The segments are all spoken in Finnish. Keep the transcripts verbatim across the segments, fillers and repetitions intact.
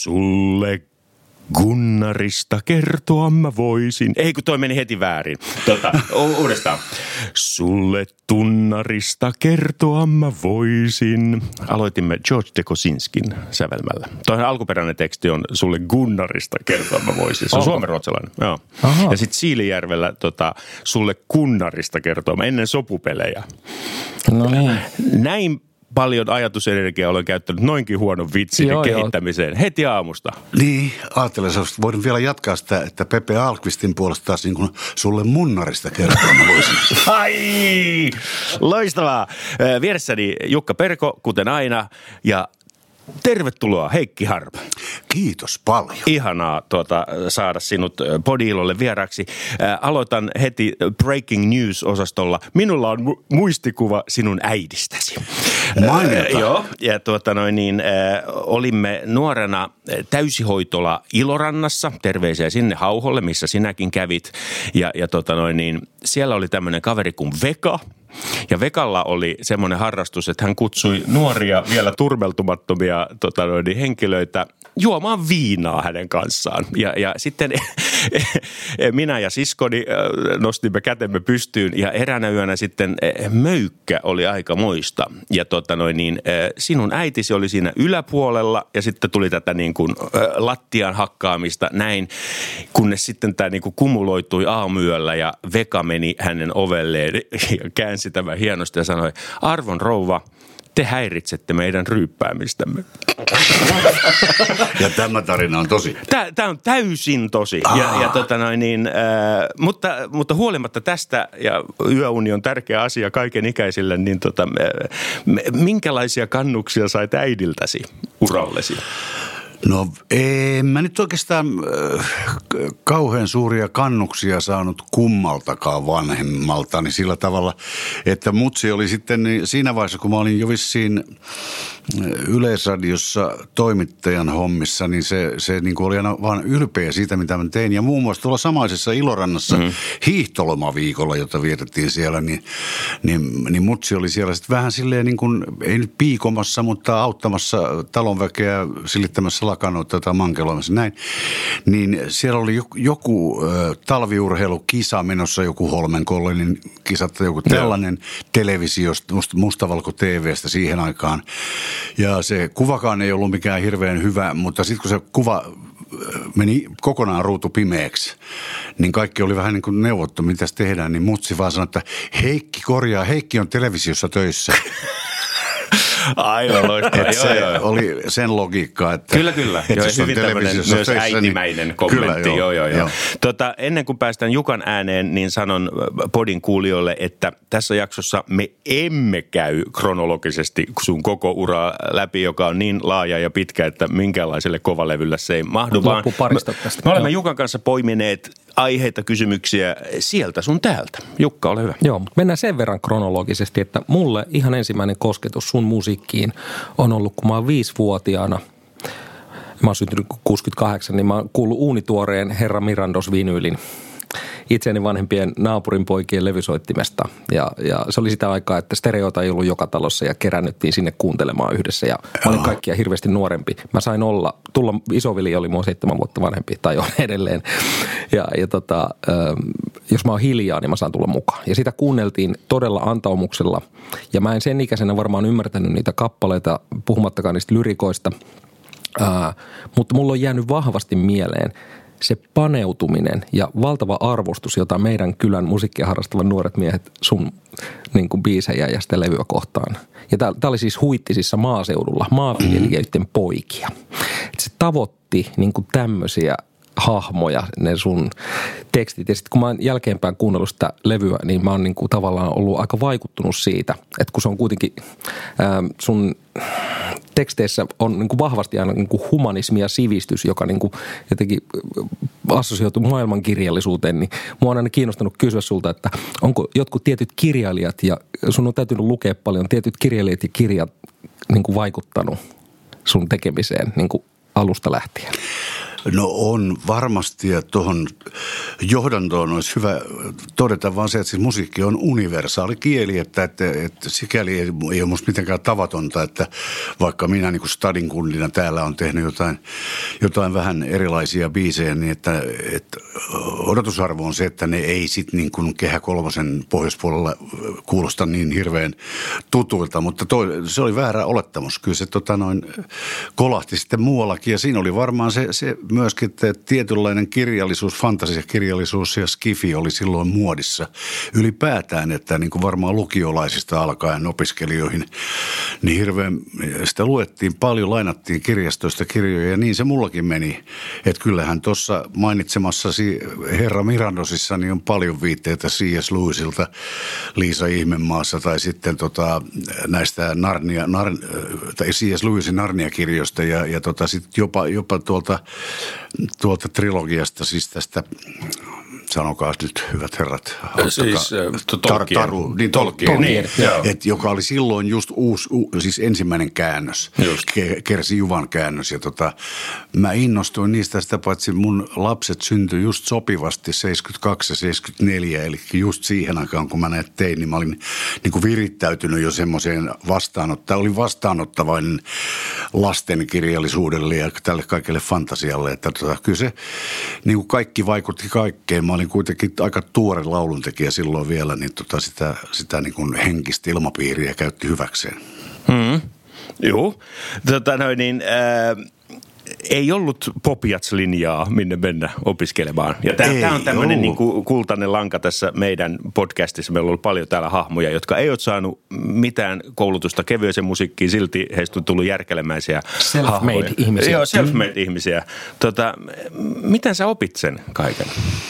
Sulle Gunnarista kertoa mä voisin. Ei, kun toi meni heti väärin. Tota, u- uudestaan. Sulle Tunnarista kertoa mä voisin. Aloitimme George de Kosinskin sävelmällä. Toinen alkuperäinen teksti on Sulle Gunnarista kertoa mä voisin. Se on suomenruotsalainen. Joo. Ja sitten Siilijärvellä tota, Sulle Kunnarista kertoa mä ennen sopupelejä. No niin. Näin paljon ajatusenergiaa olen käyttänyt noinkin huonon vitsin joo, kehittämiseen joo. heti aamusta. Niin, ajattelen, että voin vielä jatkaa sitä, että Pepe Alkvistin puolesta taas niin kuin Sulle Munnarista kertoa mä voisin. Ai, loistavaa. Vieressäni Jukka Perko, kuten aina, ja tervetuloa Heikki Harpa. Kiitos paljon. Ihanaa tuota, saada sinut Podiilolle vieraaksi. Ää, aloitan heti Breaking News-osastolla. Minulla on mu- muistikuva sinun äidistäsi. Mainiota. Ää, joo, ja tuota noin niin, ää, olimme nuorena täysihoitola Ilorannassa. Terveisiä sinne Hauholle, missä sinäkin kävit. Ja, ja tuota noin niin, siellä oli tämmöinen kaveri kuin Veka. Ja Vekalla oli semmoinen harrastus, että hän kutsui nuoria vielä turmeltumattomia tota noin, henkilöitä juomaan viinaa hänen kanssaan. Ja, ja sitten minä ja siskoni nostimme kätemme pystyyn ja eräänä yönä sitten möykkä oli aika moista. Ja tota noin, niin, sinun äitisi oli siinä yläpuolella ja sitten tuli tätä niin kuin lattian hakkaamista näin, kunnes sitten tämä niin kuin kumuloitui aamuyöllä ja Veka meni hänen ovelleen ja käänsi tämän hienosti ja sanoi, arvon rouva, te häiritsette meidän ryyppäämistämme. Ja tämä tarina on tosi. Tämä, tämä on täysin tosi. Ja, ja tota noin niin, äh, mutta, mutta huolimatta tästä, ja yöuni on tärkeä asia kaiken ikäisille, niin tota, äh, minkälaisia kannuksia sait äidiltäsi urallesi? No en mä nyt oikeastaan äh, kauhean suuria kannuksia saanut kummaltakaan vanhemmaltani sillä tavalla, että mutsi oli sitten niin siinä vaiheessa, kun mä olin jo vissiin Yleisradiossa toimittajan hommissa, niin se, se niin kuin oli aina vaan ylpeä siitä, mitä mä tein. Ja muun muassa tuolla samaisessa Ilorannassa mm-hmm. hiihtolomaviikolla, jota vietettiin siellä, niin, niin, niin mutsi oli siellä sitten vähän silleen niin kuin, ei nyt piikomassa, mutta auttamassa talonväkeä silittämässä lakanoita tai mankeloimassa näin. Niin siellä oli joku, joku äh, talviurheilukisa menossa, joku Holmenkollenin kisa tai joku tällainen no. televisiosta, mustavalko-T V:stä siihen aikaan. Ja se kuvakaan ei ollut mikään hirveän hyvä, mutta sitten kun se kuva meni kokonaan ruutu pimeäksi, niin kaikki oli vähän niin kuin neuvottu, mitäs tehdään, niin mutsi vaan sanoi, että Heikki korjaa, Heikki on televisiossa töissä. Aivan loistavaa. Se oli sen logiikkaa, että kyllä, kyllä. Että joo, hyvin tämmöinen myös töissä, äitimäinen niin, kommentti. Kyllä, joo, joo, joo, joo. Tota, ennen kuin päästään Jukan ääneen, niin sanon podin kuulijoille, että tässä jaksossa me emme käy kronologisesti sun koko ura läpi, joka on niin laaja ja pitkä, että minkäänlaiselle kovalevyllä se ei mahdu. Vaan tästä. Me olemme Jukan kanssa poimineet aiheita, kysymyksiä sieltä sun täältä. Jukka, ole hyvä. Joo, mutta mennään sen verran kronologisesti, että mulle ihan ensimmäinen kosketus sun musiikkiin on ollut, kun mä oon viisivuotiaana. Mä oon syntynyt kuusikymmentäkahdeksan, niin mä oon kuullut uunituoreen Herra Mirandos-vinyylin itseäni vanhempien naapurin poikien levysoittimesta. Ja, ja se oli sitä aikaa, että stereoita ei ollut joka talossa ja kerännyttiin sinne kuuntelemaan yhdessä. Ja mä olin kaikkia hirveästi nuorempi. Mä sain olla, tulla, isoveli oli mua seitsemän vuotta vanhempi, tai on edelleen. Ja, ja tota, jos mä oon hiljaa, niin mä saan tulla mukaan. Ja sitä kuunneltiin todella antaumuksella. Ja mä en sen ikäisenä varmaan ymmärtänyt niitä kappaleita, puhumattakaan niistä lyrikoista. Ää, mutta mulla on jäänyt vahvasti mieleen se paneutuminen ja valtava arvostus, jota meidän kylän musiikkia harrastavat nuoret miehet sun niin kuin biisejä ja sitä levyä kohtaan. Ja tää, tää oli siis Huittisissa maaseudulla, maanviljelijöiden poikia. Et se tavoitti niin kuin tämmöisiä hahmoja, ne sun tekstit. Ja sitten kun mä oon jälkeenpäin kuunnellut sitä levyä, niin mä oon niin kuin tavallaan ollut aika vaikuttunut siitä, että kun se on kuitenkin ää, sun teksteissä on niin kuin vahvasti aina niin kuin humanismi ja sivistys, joka niin kuin jotenkin assosioituu maailmankirjallisuuteen, niin mua on aina kiinnostanut kysyä sulta, että onko jotkut tietyt kirjailijat ja sun on täytynyt lukea paljon, tietyt kirjailijat ja kirjat niin kuin vaikuttanut sun tekemiseen niin kuin alusta lähtien? No on varmasti, ja tuohon johdantoon olisi hyvä todeta vaan se, että siis musiikki on universaali kieli, että, että, että sikäli ei, ei ole musta mitenkään tavatonta, että vaikka minä niin kuin stadin kundina täällä on tehnyt jotain, jotain vähän erilaisia biisejä, niin että, että odotusarvo on se, että ne ei sitten niin kuin Kehä Kolmosen pohjoispuolella kuulosta niin hirveän tutuilta, mutta toi, se oli väärä olettamus. Kyllä se tota noin kolahti sitten muuallakin ja siinä oli varmaan se, se myöskin, että tietynlainen kirjallisuus, fantasiakirjallisuus ja skifi oli silloin muodissa ylipäätään, että niin kuin varmaan lukiolaisista alkaen opiskelijoihin niin hirveän sitä luettiin paljon, lainattiin kirjastoista kirjoja ja niin se mullakin meni. Että kyllähän tuossa mainitsemassasi Herra Mirandosissa niin on paljon viitteitä C S. Lewisilta Liisa Ihmemaassa tai sitten tota, näistä Narnia, nar, tai C S. Lewisin Narnia-kirjoista ja, ja tota, sitten jopa, jopa tuolta, tuolta trilogiasta, siis tästä, sanokaa nyt hyvät herrat. Siis Tolkien. Taru, niin Tolkien, niin, et, joka oli silloin just uusi, u, siis ensimmäinen käännös, Ke, Kersi Juvan käännös. Ja tota, mä innostuin niistä sitä, paitsi mun lapset syntyi just sopivasti seitsemänkymmentäkaksi ja seitsemänkymmentäneljä, eli just siihen aikaan, kun mä näet tein, niin mä olin niin kuin virittäytynyt jo semmoiseen vastaanottaa. Olin vastaanottavainen lastenkirjallisuudelle ja tälle kaikille fantasialle, että tota, kyllä se niin kuin kaikki vaikutti kaikkeen. Mä olin kuitenkin aika tuore lauluntekijä silloin vielä, niin tota sitä, sitä niin kuin henkistä ilmapiiriä käytti hyväkseen. Hmm. Joo. Tota noin niin, äh, ei ollut Popiats-linjaa, minne mennä opiskelemaan. Ja tämä on tämmöinen niin kuin kultainen lanka tässä meidän podcastissa. Meillä on ollut paljon täällä hahmoja, jotka ei ole saanut mitään koulutusta kevyeseen musiikkiin. Silti heistä on tullut järkelemäisiä self-made ihmisiä. Joo, self-made mm. ihmisiä. Tota, miten sä opit sen kaiken?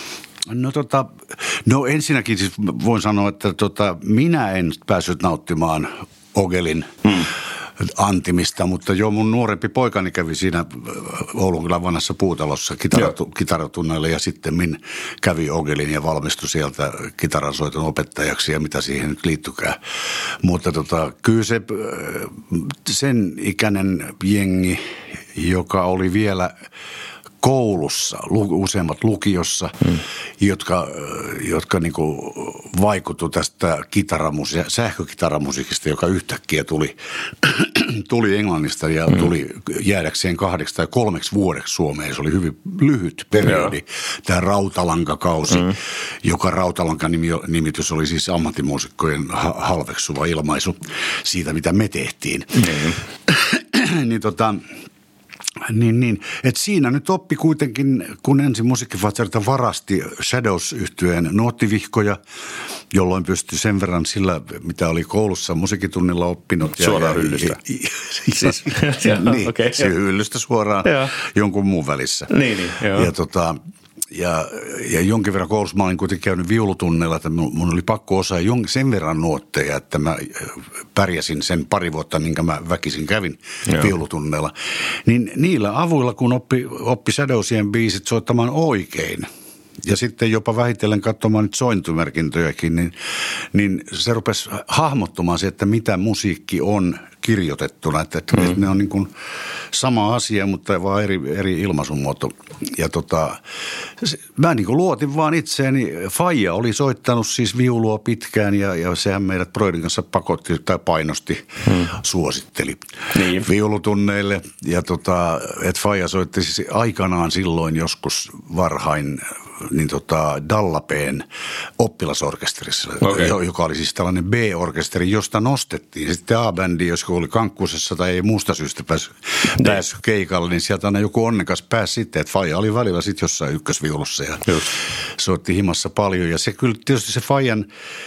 No, tota, no ensinnäkin siis voin sanoa, että tota, minä en päässyt nauttimaan Ogelin hmm. antimista, mutta jo mun nuorempi poikani kävi siinä Oulunkylän vanhassa puutalossa kitaratu, kitaratunneilla ja sitten min kävi Ogelin ja valmistui sieltä kitaransoiton opettajaksi ja mitä siihen nyt liittykään. Mutta tota, kyllä se sen ikäinen jengi, joka oli vielä koulussa, useimmat lukiossa, hmm. jotka, jotka niin kuin vaikutu tästä kitaramusi- sähkökitaramusiikista, joka yhtäkkiä tuli, tuli Englannista ja hmm. tuli jäädäkseen kahdeksi tai kolmeksi vuodeksi Suomeen. Se oli hyvin lyhyt periodi, Joo. tämä rautalankakausi, hmm. joka rautalanka-nimitys oli siis ammattimuusikkojen halveksuva ilmaisu siitä, mitä me tehtiin. Hmm. niin tota... Niin, niin. Että siinä nyt oppi kuitenkin, kun ensin musiikkifatsarilta varasti Shadows-yhtyeen noottivihkoja, jolloin pystyi sen verran sillä, mitä oli koulussa musiikkitunnilla oppinut. Suoraan ja, hyllystä. Ja, ja, siis, ja, niin, okay, se hyllystä suoraan ja. jonkun muun välissä. Niin, niin, joo. Ja tota... Ja, ja jonkin verran koulussa mä olin kuitenkin käynyt viulutunneilla, että mun oli pakko osaa sen verran nuotteja, että mä pärjäsin sen pari vuotta, minkä mä väkisin kävin Joo. viulutunneilla. Niin niillä avuilla, kun oppi, oppi Shadowsien biisit soittamaan oikein ja sitten jopa vähitellen katsomaan nyt sointumerkintöjäkin, niin, niin se rupesi hahmottumaan se, että mitä musiikki on kirjoitettuna. Että mm. ne on niin kuin sama asia, mutta vaan eri, eri ilmaisumuoto. Ja tota, mä niin kuin luotin vaan itseäni. Faija oli soittanut siis viulua pitkään ja, ja sehän meidät Broidin kanssa pakotti tai painosti, mm. suositteli niin. viulutunneille. Ja tota, että Faija soitti siis aikanaan silloin joskus varhain niin tota Dallapeen oppilasorkesterissa, okay. joka oli siis tällainen B-orkesteri, josta nostettiin sitten A-bändi, jos oli Kankkusessa tai ei muusta syystä päässyt, päässyt keikalle, niin sieltä aina joku onnekas pääsi sitten, että Faija oli välillä sitten jossain ykkösviulussa ja Just. soitti himassa paljon ja se kyllä tietysti se Faijan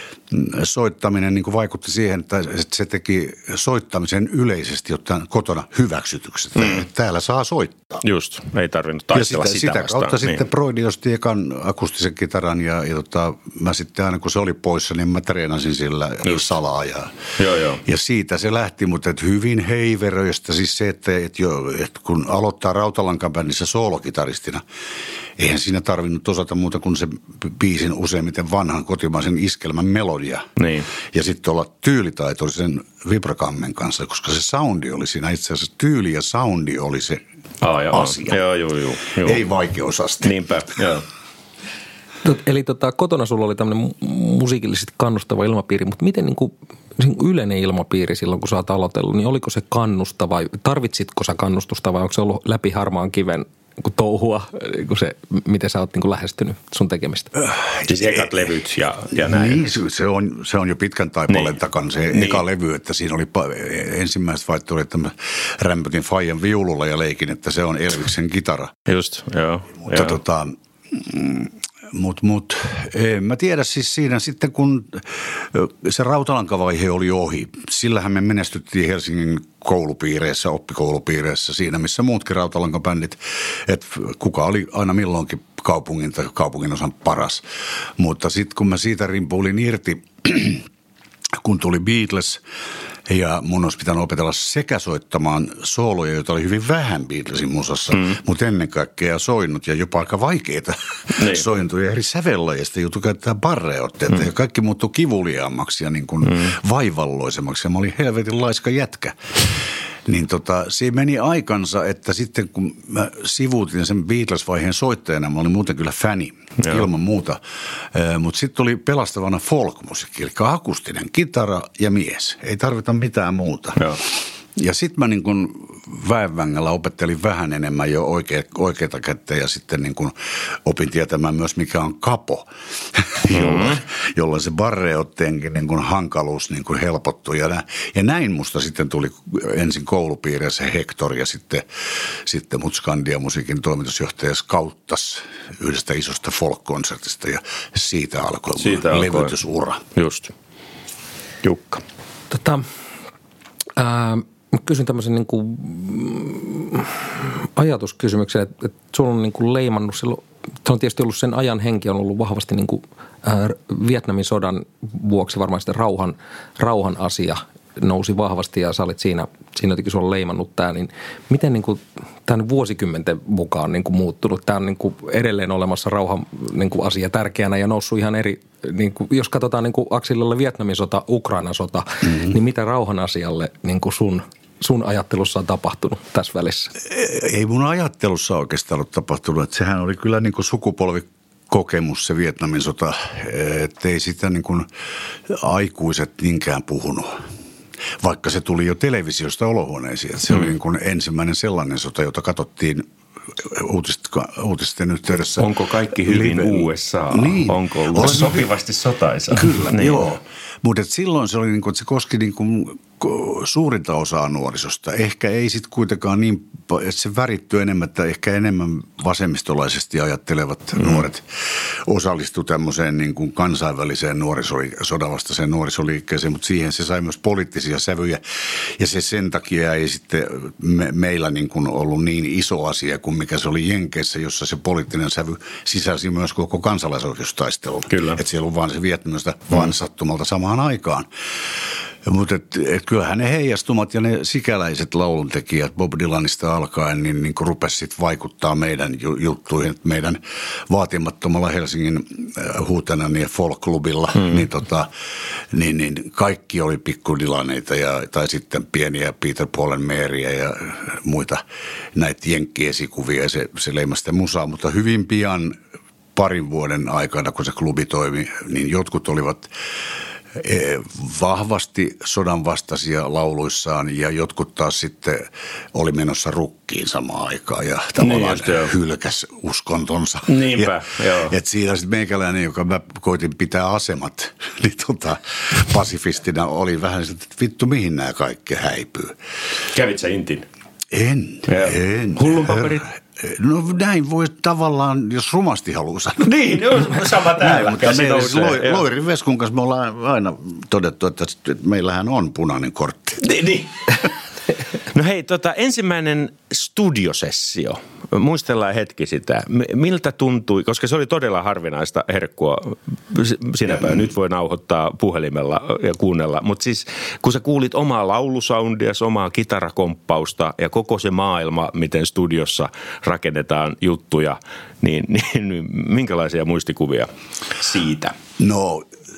soittaminen niin kuin vaikutti siihen, että se teki soittamisen yleisesti, jotta kotona hyväksytyksi. Mm. Täällä saa soittaa. Just, ei tarvinnut taistella sitä, sitä, sitä vastaan. kautta niin. sitten Broidi osti ekan akustisen kitaran ja, ja tota, mä sitten aina kun se oli poissa, niin mä treenasin sillä Just. salaa. Ja, joo, joo. ja siitä se lähti, mutta et hyvin heiveröistä. Siis se, että et jo, et kun aloittaa Rautalankan-bändissä soolokitaristina, eihän siinä tarvinnut osata muuta kuin se biisin useimmiten vanhan kotimaisen iskelmän melodia. Niin. Ja sitten olla tyylitaitoisen vibrakammen kanssa, koska se soundi oli siinä itse asiassa, tyyli ja soundi oli se Aa, joo. asia. Joo, joo, joo, joo. Ei vaikeusaste. Niinpä, joo. Eli tota, kotona sulla oli tämmöinen musiikillisesti kannustava ilmapiiri, mutta miten niin kuin yleinen ilmapiiri silloin, kun sä oot aloitellut, niin oliko se kannustava vai tarvitsitko sä kannustusta vai onko se ollut läpi harmaan kiven niin touhua, niin se, miten sä oot niin lähestynyt sun tekemistä? Siis ekat levyt ja, ja näin. Niin, se on, se on jo pitkän taipaleen niin. takana se niin. eka levy, että siinä oli ensimmäiset vaiheet oli, että mä rämpötin Fajan viululla ja leikin, että se on Elviksen kitara. Just, joo. Mutta joo. tota... Mm, Mutta mut, en mä tiedä siis siinä sitten, kun se rautalankavaihe oli ohi. Sillähän me menestyttiin Helsingin koulupiireissä, oppikoulupiireissä, siinä missä muutkin rautalankabändit. Että kuka oli aina milloinkin kaupungin tai kaupungin osan paras. Mutta sitten kun mä siitä rimpuulin irti, kun tuli Beatles ja mun olisi pitänyt opetella sekä soittamaan sooloja, joita oli hyvin vähän Beatlesin musassa, mm. mutta ennen kaikkea soinnut ja jopa aika vaikeita niin. sointuja eri sävellajista. Joutui käyttää barreotteita mm. ja kaikki muuttui kivuliaammaksi ja niin kuin mm. vaivalloisemmaksi ja mä olin helvetin laiska jätkä. Niin tota, siinä meni aikansa, että sitten kun mä sivuutin sen Beatles-vaiheen soittajana, mä olin muuten kyllä fani, Joo. ilman muuta. Mutta sitten tuli pelastavana folk-musiikki, eli akustinen kitara ja mies. Ei tarvita mitään muuta. Joo. Ja sitten mä niin kuin väenvängällä opettelin vähän enemmän jo oikea, oikeata kättä ja sitten niin kuin opin tietämään myös mikä on kapo, mm-hmm. jolloin, jolloin se barreotteenkin niin kuin hankaluus niin kuin helpottui. Ja, nä, ja näin musta sitten tuli ensin koulupiirissä Hector ja sitten, sitten mut Skandia musiikin toimitusjohtaja skauttas yhdestä isosta folk-konsertista ja siitä alkoi siitä levytysura. Just. Jukka. Tota, ää... Mä kysyn tämmöisen niin kuin ajatuskysymyksen, että, että sulla on niin kuin leimannut silloin, se on tietysti ollut sen ajan henki, on ollut vahvasti niin kuin ää, Vietnamin sodan vuoksi varmaan sitä rauhan, rauhan asia nousi vahvasti ja sä olit siinä, siinä jotenkin sulla leimannut tämä, niin miten niin kuin tämän vuosikymmenten mukaan niin kuin muuttunut? Tämä on niin kuin edelleen olemassa rauhan niin kuin asia tärkeänä ja noussut ihan eri, niin kuin, jos katsotaan niin kuin Akselillalle Vietnamin sota, Ukrainan sota, mm-hmm. niin mitä rauhan asialle niin kuin sun sun ajattelussa on tapahtunut tässä välissä? Ei mun ajattelussa oikeastaan ole tapahtunut. Että sehän oli kyllä niin kuin sukupolvikokemus se Vietnamin sota, että ei sitä niin kuin aikuiset niinkään puhunut. Vaikka se tuli jo televisiosta olohuoneisiin. Että se mm. oli niin kuin ensimmäinen sellainen sota, jota katsottiin uutisten yhteydessä. Onko kaikki hyvin live. U S A? Niin. Onko ollut Olen sopivasti sotaisaa? Kyllä, niin. joo. Mutta silloin se oli niin kuin, että se koski niin kuin suurinta osaa nuorisosta. Ehkä ei sitten kuitenkaan niin, että se värittyy enemmän, että ehkä enemmän vasemmistolaisesti ajattelevat mm. nuoret osallistu tämmöiseen niin kuin kansainväliseen nuorisoli, sodavastaiseen nuorisoliikkeeseen, mutta siihen se sai myös poliittisia sävyjä. Ja se sen takia ei sitten me, meillä niin kuin ollut niin iso asia kuin mikä se oli Jenkeissä, jossa se poliittinen sävy sisälsi myös koko kansalaisoikeustaistelun. Kyllä. Että siellä on vaan se Vietnamista mm. vaan sattumalta samaan aikaan. Mutta et, et kyllähän ne heijastumat ja ne sikäläiset lauluntekijät Bob Dylanista alkaen niin, niin rupesi sitten vaikuttaa meidän juttuihin. Meidän vaatimattomalla Helsingin huutenan ja folk-klubilla, hmm. niin, tota, niin, niin kaikki oli pikku Dylaneita ja, tai sitten pieniä Peter Paul and Maryä ja muita näitä jenkkiesikuvia ja se, se leimasi sitä musaa, mutta hyvin pian parin vuoden aikana, kun se klubi toimi, niin jotkut olivat vahvasti sodan vastaisia lauluissaan ja jotkut taas sitten oli menossa rukkiin samaan aikaan ja tavallaan niin, hylkäs uskontonsa. Niinpä, ja, joo. Et siinä sitten meikäläinen, joka mä koitin pitää asemat, niin tota, pasifistina oli vähän että vittu mihin nämä kaikki häipyy. Kävit sä intin? En, ja. en. Hullunpaperit? No näin voi tavallaan, jos rumasti haluaa sanoa. Niin, sama täällä. Mutta me Loirin Veskun kanssa me ollaan aina todettu, että meillähän on punainen kortti. Niin, niin. No hei, tota, ensimmäinen studiosessio. Muistellaan hetki sitä. Miltä tuntui, koska se oli todella harvinaista herkkua sinä päivänä. Nyt voi nauhoittaa puhelimella ja kuunnella. Mutta siis kun sä kuulit omaa laulusoundia, omaa kitarakomppausta ja koko se maailma, miten studiossa rakennetaan juttuja, niin, niin minkälaisia muistikuvia siitä? No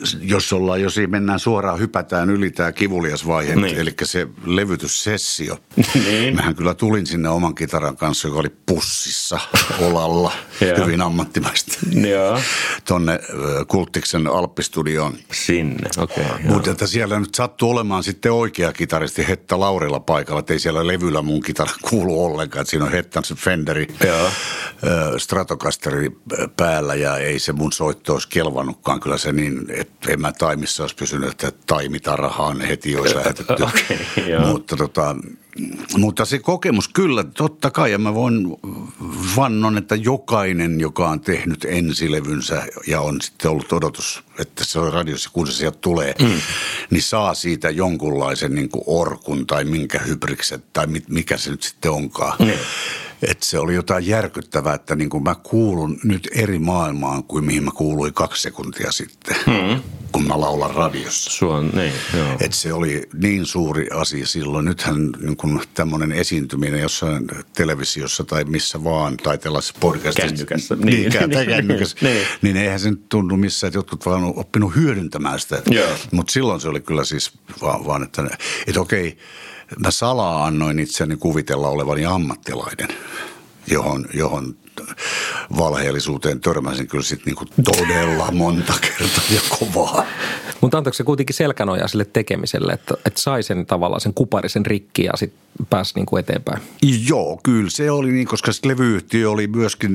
jos ollaan, jos mennään suoraan, hypätään yli tämä kivulias vaihe, niin. eli se levytyssessio. niin. Mähän kyllä tulin sinne oman kitaran kanssa, joka oli pussissa olalla, hyvin ammattimaista, tonne Kulttiksen Alppistudioon. Sinne, okei. Okay, mutta että siellä nyt sattui olemaan sitten oikea kitaristi Hetta Laurila paikalla, että ei siellä levyllä mun kitara kuulu ollenkaan, että siinä on Hettan se Fenderi, Joo. Stratocasteri päällä ja ei se mun soitto olisi kelvannutkaan kyllä se niin, että en mä taimissa olisi pysynyt, että taimitarahaan heti olisi lähetetty. Okay, mutta, tota, mutta se kokemus kyllä, totta kai, ja mä voin vannon, että jokainen, joka on tehnyt ensilevynsä ja on sitten ollut odotus, että se on radiossa, kun se sieltä tulee, mm. niin saa siitä jonkunlaisen niin kuin orkun tai minkä hybrikset tai mikä se nyt sitten onkaan. Mm. Että se oli jotain järkyttävää, että niin kuin mä kuulun nyt eri maailmaan kuin mihin mä kuuluin kaksi sekuntia sitten, hmm. kun mä laulan radiossa. Suon, niin, joo. Että se oli niin suuri asia silloin. Nythän niin kuin tämmöinen esiintyminen jossain televisiossa tai missä vaan, tai tällaisessa podcastissa. Kännykässä. Niin, tai kännykässä. niin. niin eihän se nyt tunnu missään, että jotkut vaan on oppinut hyödyntämään sitä. Mutta silloin se oli kyllä siis vaan, vaan että, että okei, mä salaa annoin itseni kuvitella olevani ammattilainen, johon, johon valheellisuuteen törmäsin kyllä sitten niinku todella monta kertaa ja kovaa. Mutta antoiko se kuitenkin selkänojaa sille tekemiselle, että, että sai sen tavallaan sen kuparisen rikki ja sitten pääsi niinku eteenpäin? Joo, kyllä se oli niin, koska se levyyhtiö oli myöskin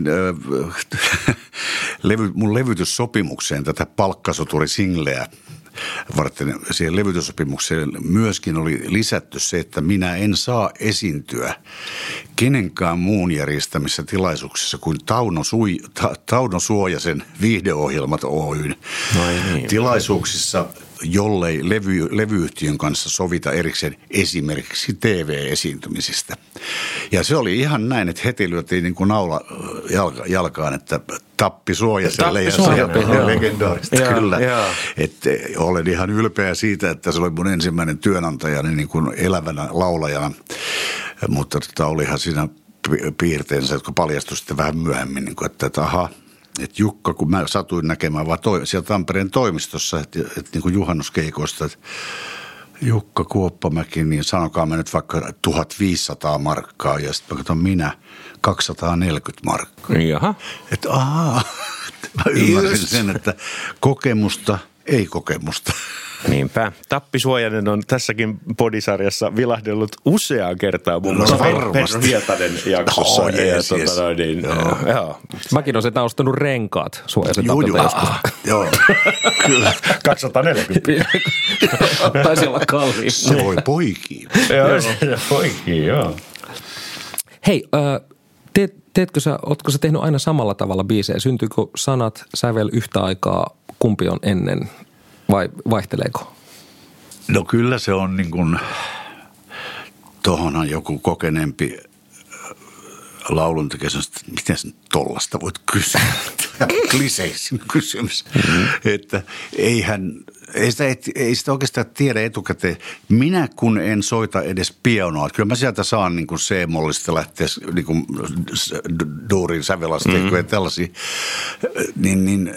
äh, levy, mun levytyssopimukseen tätä palkkasoturi-singleä varten siihen levytyssopimukseen myöskin oli lisätty se, että minä en saa esiintyä kenenkään muun järjestämissä tilaisuuksissa kuin Tauno, Sui, Ta, Tauno Suojasen viihdeohjelmat Oyn niin. tilaisuuksissa, jollei levy, levyyhtiön kanssa sovita erikseen esimerkiksi T V-esiintymisistä. Ja se oli ihan näin, että heti lyötiin niin kuin naula jalka, jalkaan, että Tappi Suojaselle ja se on legendaarista ja, kyllä. Ja. Että olen ihan ylpeä siitä, että se oli mun ensimmäinen työnantajani niin kuin elävänä laulajana, mutta tota, olihan siinä piirteensä, jotka paljastui sitten vähän myöhemmin, niin kuin, että, että aha, että Jukka, kun mä satuin näkemään vaan toi, siellä Tampereen toimistossa, että, että niin kuin juhannuskeikoista, että Jukka Kuoppamäki, niin sanokaa mä nyt vaikka tuhatviisisataa markkaa ja sitten mä katson minä kaksisataaneljäkymmentä markkaa. Jaha. Että ahaa, mä ymmärsin Just. sen, että kokemusta, ei kokemusta. Niinpä. Tappi Suojanen on tässäkin podisarjassa vilahdellut useaan kertaan, muun muassa no, Pedro Hietanen jaksossa. Oh, yes, ja, yes. Tota, niin, joo. Joo. Mäkin olen sitä ostanut renkaat Suojasen Tapilta joskus. Joo, kyllä. kaksisataaneljäkymmentä. Taisi olla kalliin. Se voi poikia. Joo, se poikia, joo. Hei, äh, teet, teetkö sä, ootko sä tehnyt aina samalla tavalla biisejä? Syntyykö sanat, sävel yhtä aikaa, kumpi on ennen vai vaihteleeko? No kyllä se on niin kuin, tohonhan joku kokeneempi laulun tekee että miten sä tollasta voit kysyä? Kliseisin kysymys. Mm-hmm. Että eihän, ei sitä, ei sitä oikeastaan tiedä etukäteen. Minä kun en soita edes pianoa, kyllä mä sieltä saan niin kuin C-mollista lähteä niin kuin duurin sävelasteikkoja mm-hmm. ja tällaisia, niin, niin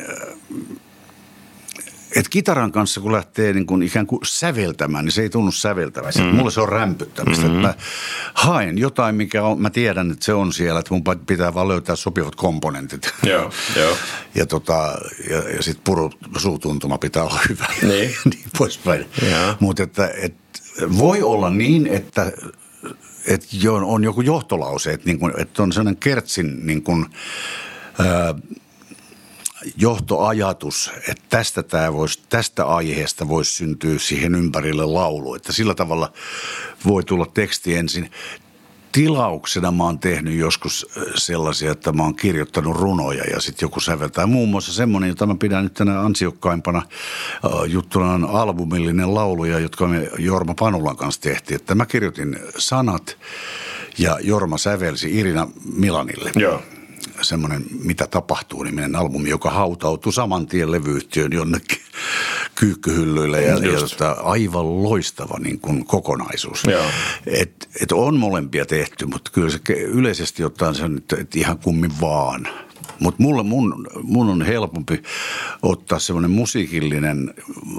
että kitaran kanssa kun lähtee niin kuin ikään kuin säveltämään, niin se ei tunnu säveltämään. Mm-hmm. Mulle se on rämpyttämistä. Mm-hmm. Mä haen jotain, mikä on, mä tiedän, että se on siellä, että mun pitää vaan löytää sopivat komponentit. Joo, joo. Ja, tota, ja, ja sitten puru suutuntuma pitää olla hyvä. Niin. niin poispäin. Mutta että, et, voi olla niin, että et on joku johtolause, että, niin kun, että on sellainen Kertsin niin kun, ää, johtoajatus, että tästä, tää vois, tästä aiheesta voisi syntyä siihen ympärille laulu. Että sillä tavalla voi tulla teksti ensin. Tilauksena mä oon tehnyt joskus sellaisia, että mä oon kirjoittanut runoja ja sitten joku säveltää. Muun muassa semmoinen, jota mä pidän nyt tänä ansiokkaimpana juttuna on albumillinen lauluja, jotka me Jorma Panulan kanssa tehtiin. Että mä kirjoitin sanat ja Jorma sävelsi Irina Milanille. Joo. Semmoinen Mitä tapahtuu -niminen albumi, joka hautautui saman tien levyyhtiön jonnekin kyykkyhyllyille ja, ja tota, aivan loistava niin kuin kokonaisuus. Että et on molempia tehty, mutta kyllä se yleisesti ottaen se on, että et ihan kummin vaan. Mutta mulle mun, mun on helpompi ottaa semmoinen musiikillinen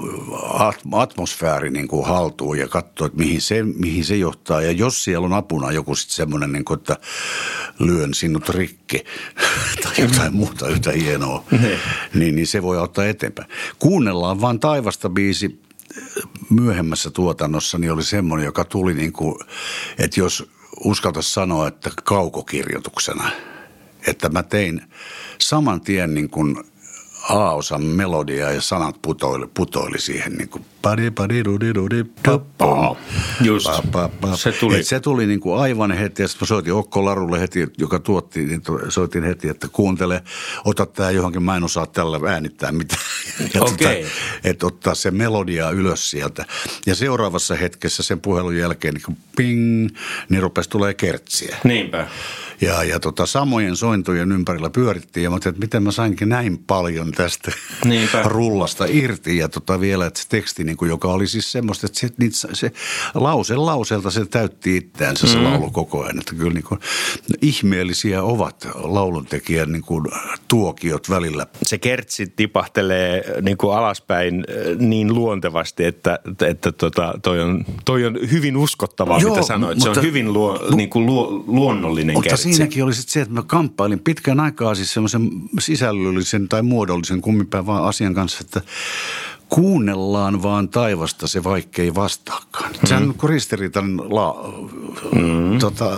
atmosfääri niin kuin haltuun ja katsoa, että mihin se, mihin se johtaa. Ja jos siellä on apuna joku sitten semmoinen, niin kuin, että lyön sinut rikki tai jotain muuta yhtä hienoa, niin, niin se voi ottaa eteenpäin. Kuunnellaan vaan taivasta biisi myöhemmässä tuotannossa, niin oli semmoinen, joka tuli niin kuin, että jos uskaltaisi sanoa, että kaukokirjoituksena, että mä tein saman tien niin kuin A-osan melodiaa ja sanat putoili, putoili siihen niin kuin padi padi dudi dudi doppa. Just, se tuli. Et se tuli niin kuin aivan heti, ja sitten mä soitin Okko Larulle heti, joka tuotti, niin soitin heti, että kuuntele, ota tää johonkin, mä en osaa tällä äänittää mitään. Okei. Okay. Että ottaa se melodia ylös sieltä. Ja seuraavassa hetkessä sen puhelun jälkeen niin kuin ping, niin rupesi tulee kertsiä. Niinpä. Ja, ja tota, samojen sointujen ympärillä pyörittiin ja mä ajattelin, että miten mä sainkin näin paljon tästä Niinpä. rullasta irti. Ja tota vielä, että se teksti, niin kuin, joka oli siis semmoista, että se, niin, se lause lauseelta se täytti itseänsä se mm. laulu koko ajan. Että kyllä niin kuin, ihmeellisiä ovat lauluntekijän niin kuin, tuokiot välillä. Se kertsi tipahtelee niin kuin alaspäin niin luontevasti, että, että tota, toi, on, toi on hyvin uskottavaa, Joo, mitä sanoit. Mutta, se on hyvin luo, niin kuin luo, luonnollinen kertsi. Siinäkin oli sitten se, että mä kamppailin pitkän aikaa siis semmoisen sisällöllisen tai muodollisen kumminpäin vaan asian kanssa, että kuunnellaan vaan taivasta se vaikkei vastaakaan. Mm. Sehän on ristiriitainen la, mm. tota,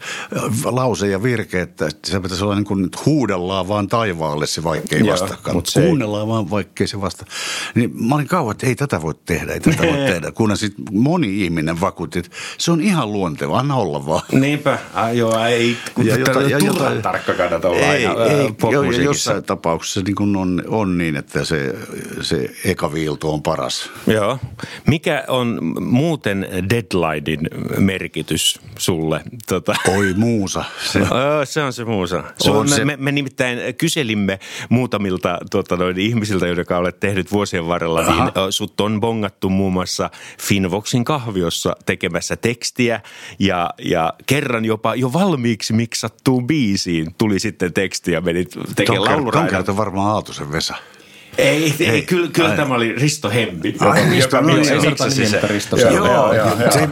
lause ja virke, että se pitäisi olla niin kuin, että huudellaan vaan taivaalle se vaikkei Joo, vastaakaan. Mutta kuunnellaan ei. vaan vaikkei se vastaa. Niin mä olin kauan, että ei tätä voi tehdä, ei tätä voi tehdä. Kunnes sitten moni ihminen vakuutti, että se on ihan luonteva, anna olla vaan. Niinpä, Ai, joo, ei, kun ja jota, ja turhan jota, tarkka kannata olla ei, aina ei, popmusiikissa. Jossain tapauksessa niin kuin on, on niin, että se, se eka viilto on paras. Joo. Mikä on muuten deadlinein merkitys sulle? Tota. Oi muusa. Se, se on se muusa. On se. Me, me nimittäin kyselimme muutamilta tota, noin, ihmisiltä, jotka olet tehnyt vuosien varrella, Aha. niin sut on bongattu muun muassa Finvoxin kahviossa tekemässä tekstiä ja, ja kerran jopa jo valmiiksi miksattuun biisiin tuli sitten teksti ja menit tekemään lauluraidan. Ton kertoo varmaan Aaltosen Vesa. Ei, ei, ei kyllä, kyllä tämä oli Risto Hempi, joka, Ai, joka no, miksasi se. Risto Joo, joo, joo, joo. Se,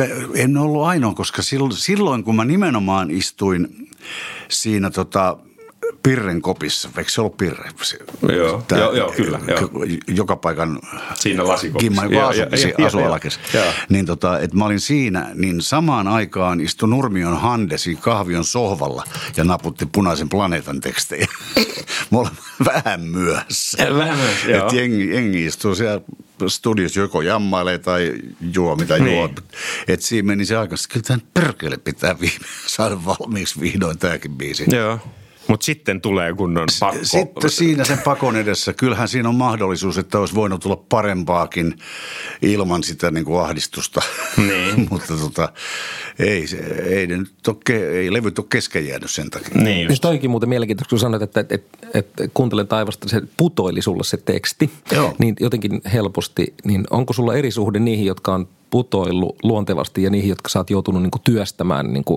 en ollut ainoa, koska silloin, silloin kun mä nimenomaan istuin siinä tota Pirren kopissa, eikö se ollut Pirre? Joo, Tää, joo, joo, kyllä. Joo. Joka paikan siinä lasikopissa. Kimma, joka asu, asualakessa. Niin tota, että mä olin siinä, niin samaan aikaan istui Nurmion Handesi kahvion sohvalla ja naputti Punaisen planeetan tekstejä. Mä olen vähän myöhässä. Vähän myöhässä, joo. Että jengi, jengi istuu siellä studiossa joko jammailee tai juo mitä niin. juo. Että siinä meni se aika, kyllä tämän perkele pitää viime, saada valmiiksi vihdoin tämäkin biisi. Joo. Mutta sitten tulee kunnon pakko. Sitten siinä sen pakon edessä. Kyllähän siinä on mahdollisuus, että olisi voinut tulla parempaakin ilman sitä niin kuin ahdistusta. Niin. Mutta tota, ei, ei, nyt ole, ei levyt ole kesken jäänyt sen takia. Niin just. Toikin muuten mielenkiintoista, kun sanoit, että, että, että, että kuuntelen taivasta, se putoili sulle se teksti. Joo. Niin jotenkin helposti, niin onko sulla eri suhde niihin, jotka on putoillut luontevasti ja niihin, jotka sä oot joutunut niin kuin työstämään niin kuin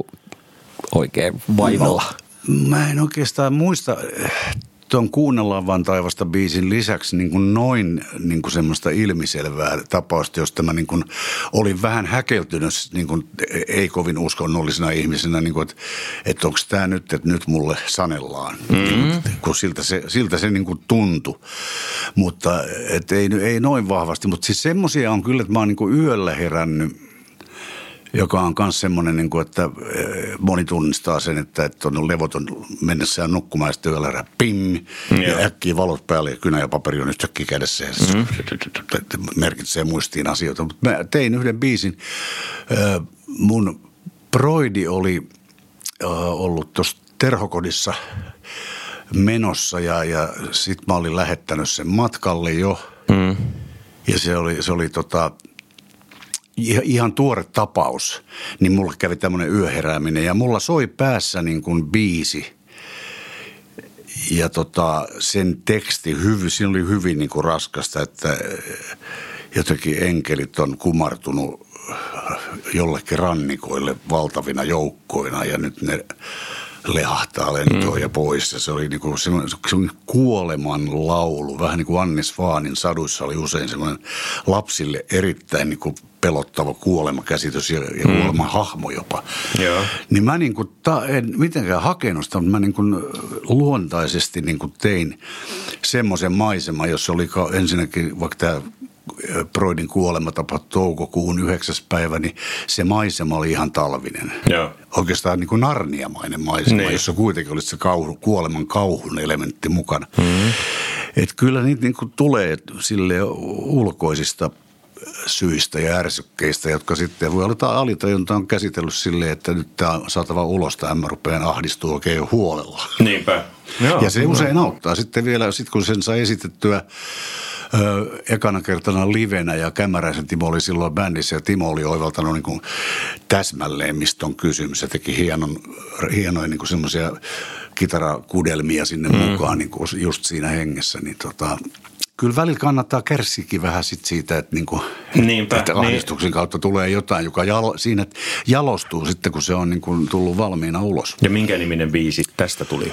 oikein vaivalla? No. Mä en oikeastaan muista tuon Kuunnellaan vaan taivasta biisin lisäksi niin kuin noin niin kuin semmoista ilmiselvää tapausta, josta mä niin kuin olin vähän häkeltynyt niin kuin ei kovin uskonnollisena ihmisenä, niin kuin, että, että onko tämä nyt, että nyt mulle sanellaan, mm-hmm. kun siltä se, siltä se niin kuin tuntui. Mutta että ei, ei noin vahvasti, mutta siis semmoisia on kyllä, että mä oon niin kuin yöllä herännyt, joka on myös semmoinen, niin kuin, että moni tunnistaa sen, että, että on levoton mennessään nukkumaan ja sitten yöllä herää pim ja äkkiä valot päälle ja kynä ja paperi on yhtäkkiä kädessä ja mm-hmm. merkitsee muistiin asioita. Mutta mä tein yhden biisin. Mun broidi oli ollut tuossa terhokodissa menossa ja, ja sitten mä olin lähettänyt sen matkalle jo mm. ja se oli, se oli tota... ihan tuore tapaus, niin mulle kävi tämmöinen yöherääminen ja mulla soi päässä niin kuin biisi ja tota, sen teksti, hyvin, siinä oli hyvin niin kuin raskasta, että jotenkin enkelit on kumartunut jollekin rannikoille valtavina joukkoina ja nyt ne lehahtaa lentoon mm. ja pois. Ja se oli niin kuin semmoinen, semmoinen kuoleman laulu, vähän niin kuin Anne Svaanin saduissa oli usein semmoinen lapsille erittäin niin kuin pelottava kuolemakäsitys ja, ja mm. kuoleman hahmo jopa. Joo. Niin mä niin kuin, ta, en mitenkään hakenut sitä, mutta mä niin kuin luontaisesti niin kuin tein semmoisen maiseman, jossa oli ensinnäkin vaikka tämä Broidin kuolema tapahtui toukokuun yhdeksäs päivä, niin se maisema oli ihan talvinen. Joo. Oikeastaan niin kuin narniamainen maisema, niin. Jossa kuitenkin oli se kauhu, kuoleman kauhun elementti mukana. Mm-hmm. Että kyllä niitä niin kuin tulee sille ulkoisista syistä ja ärsykkeistä, jotka sitten voi olla alitajunta on käsitellyt silleen, että nyt tämä on saatava ulos, tai mä rupean ahdistua oikein huolella. Niinpä. Joo, ja se kyllä usein auttaa sitten vielä, sit kun sen sai esitettyä Öö, ekana kertana livenä ja Kämäräisen Timo oli silloin bändissä ja Timo oli oivaltanut niin kuin täsmälleen, mistä on kysymys. Se teki hienon, hienoja niin kuin semmoisia kitarakudelmia sinne mm. mukaan niin kuin just siinä hengessä. Niin tota, kyllä välillä kannattaa kärsiäkin vähän sit siitä, että, niin kuin, Niinpä, että ahdistuksen niin. kautta tulee jotain, joka jalo, siinä jalostuu sitten, kun se on niin kuin tullut valmiina ulos. Ja minkä niminen biisi tästä tuli?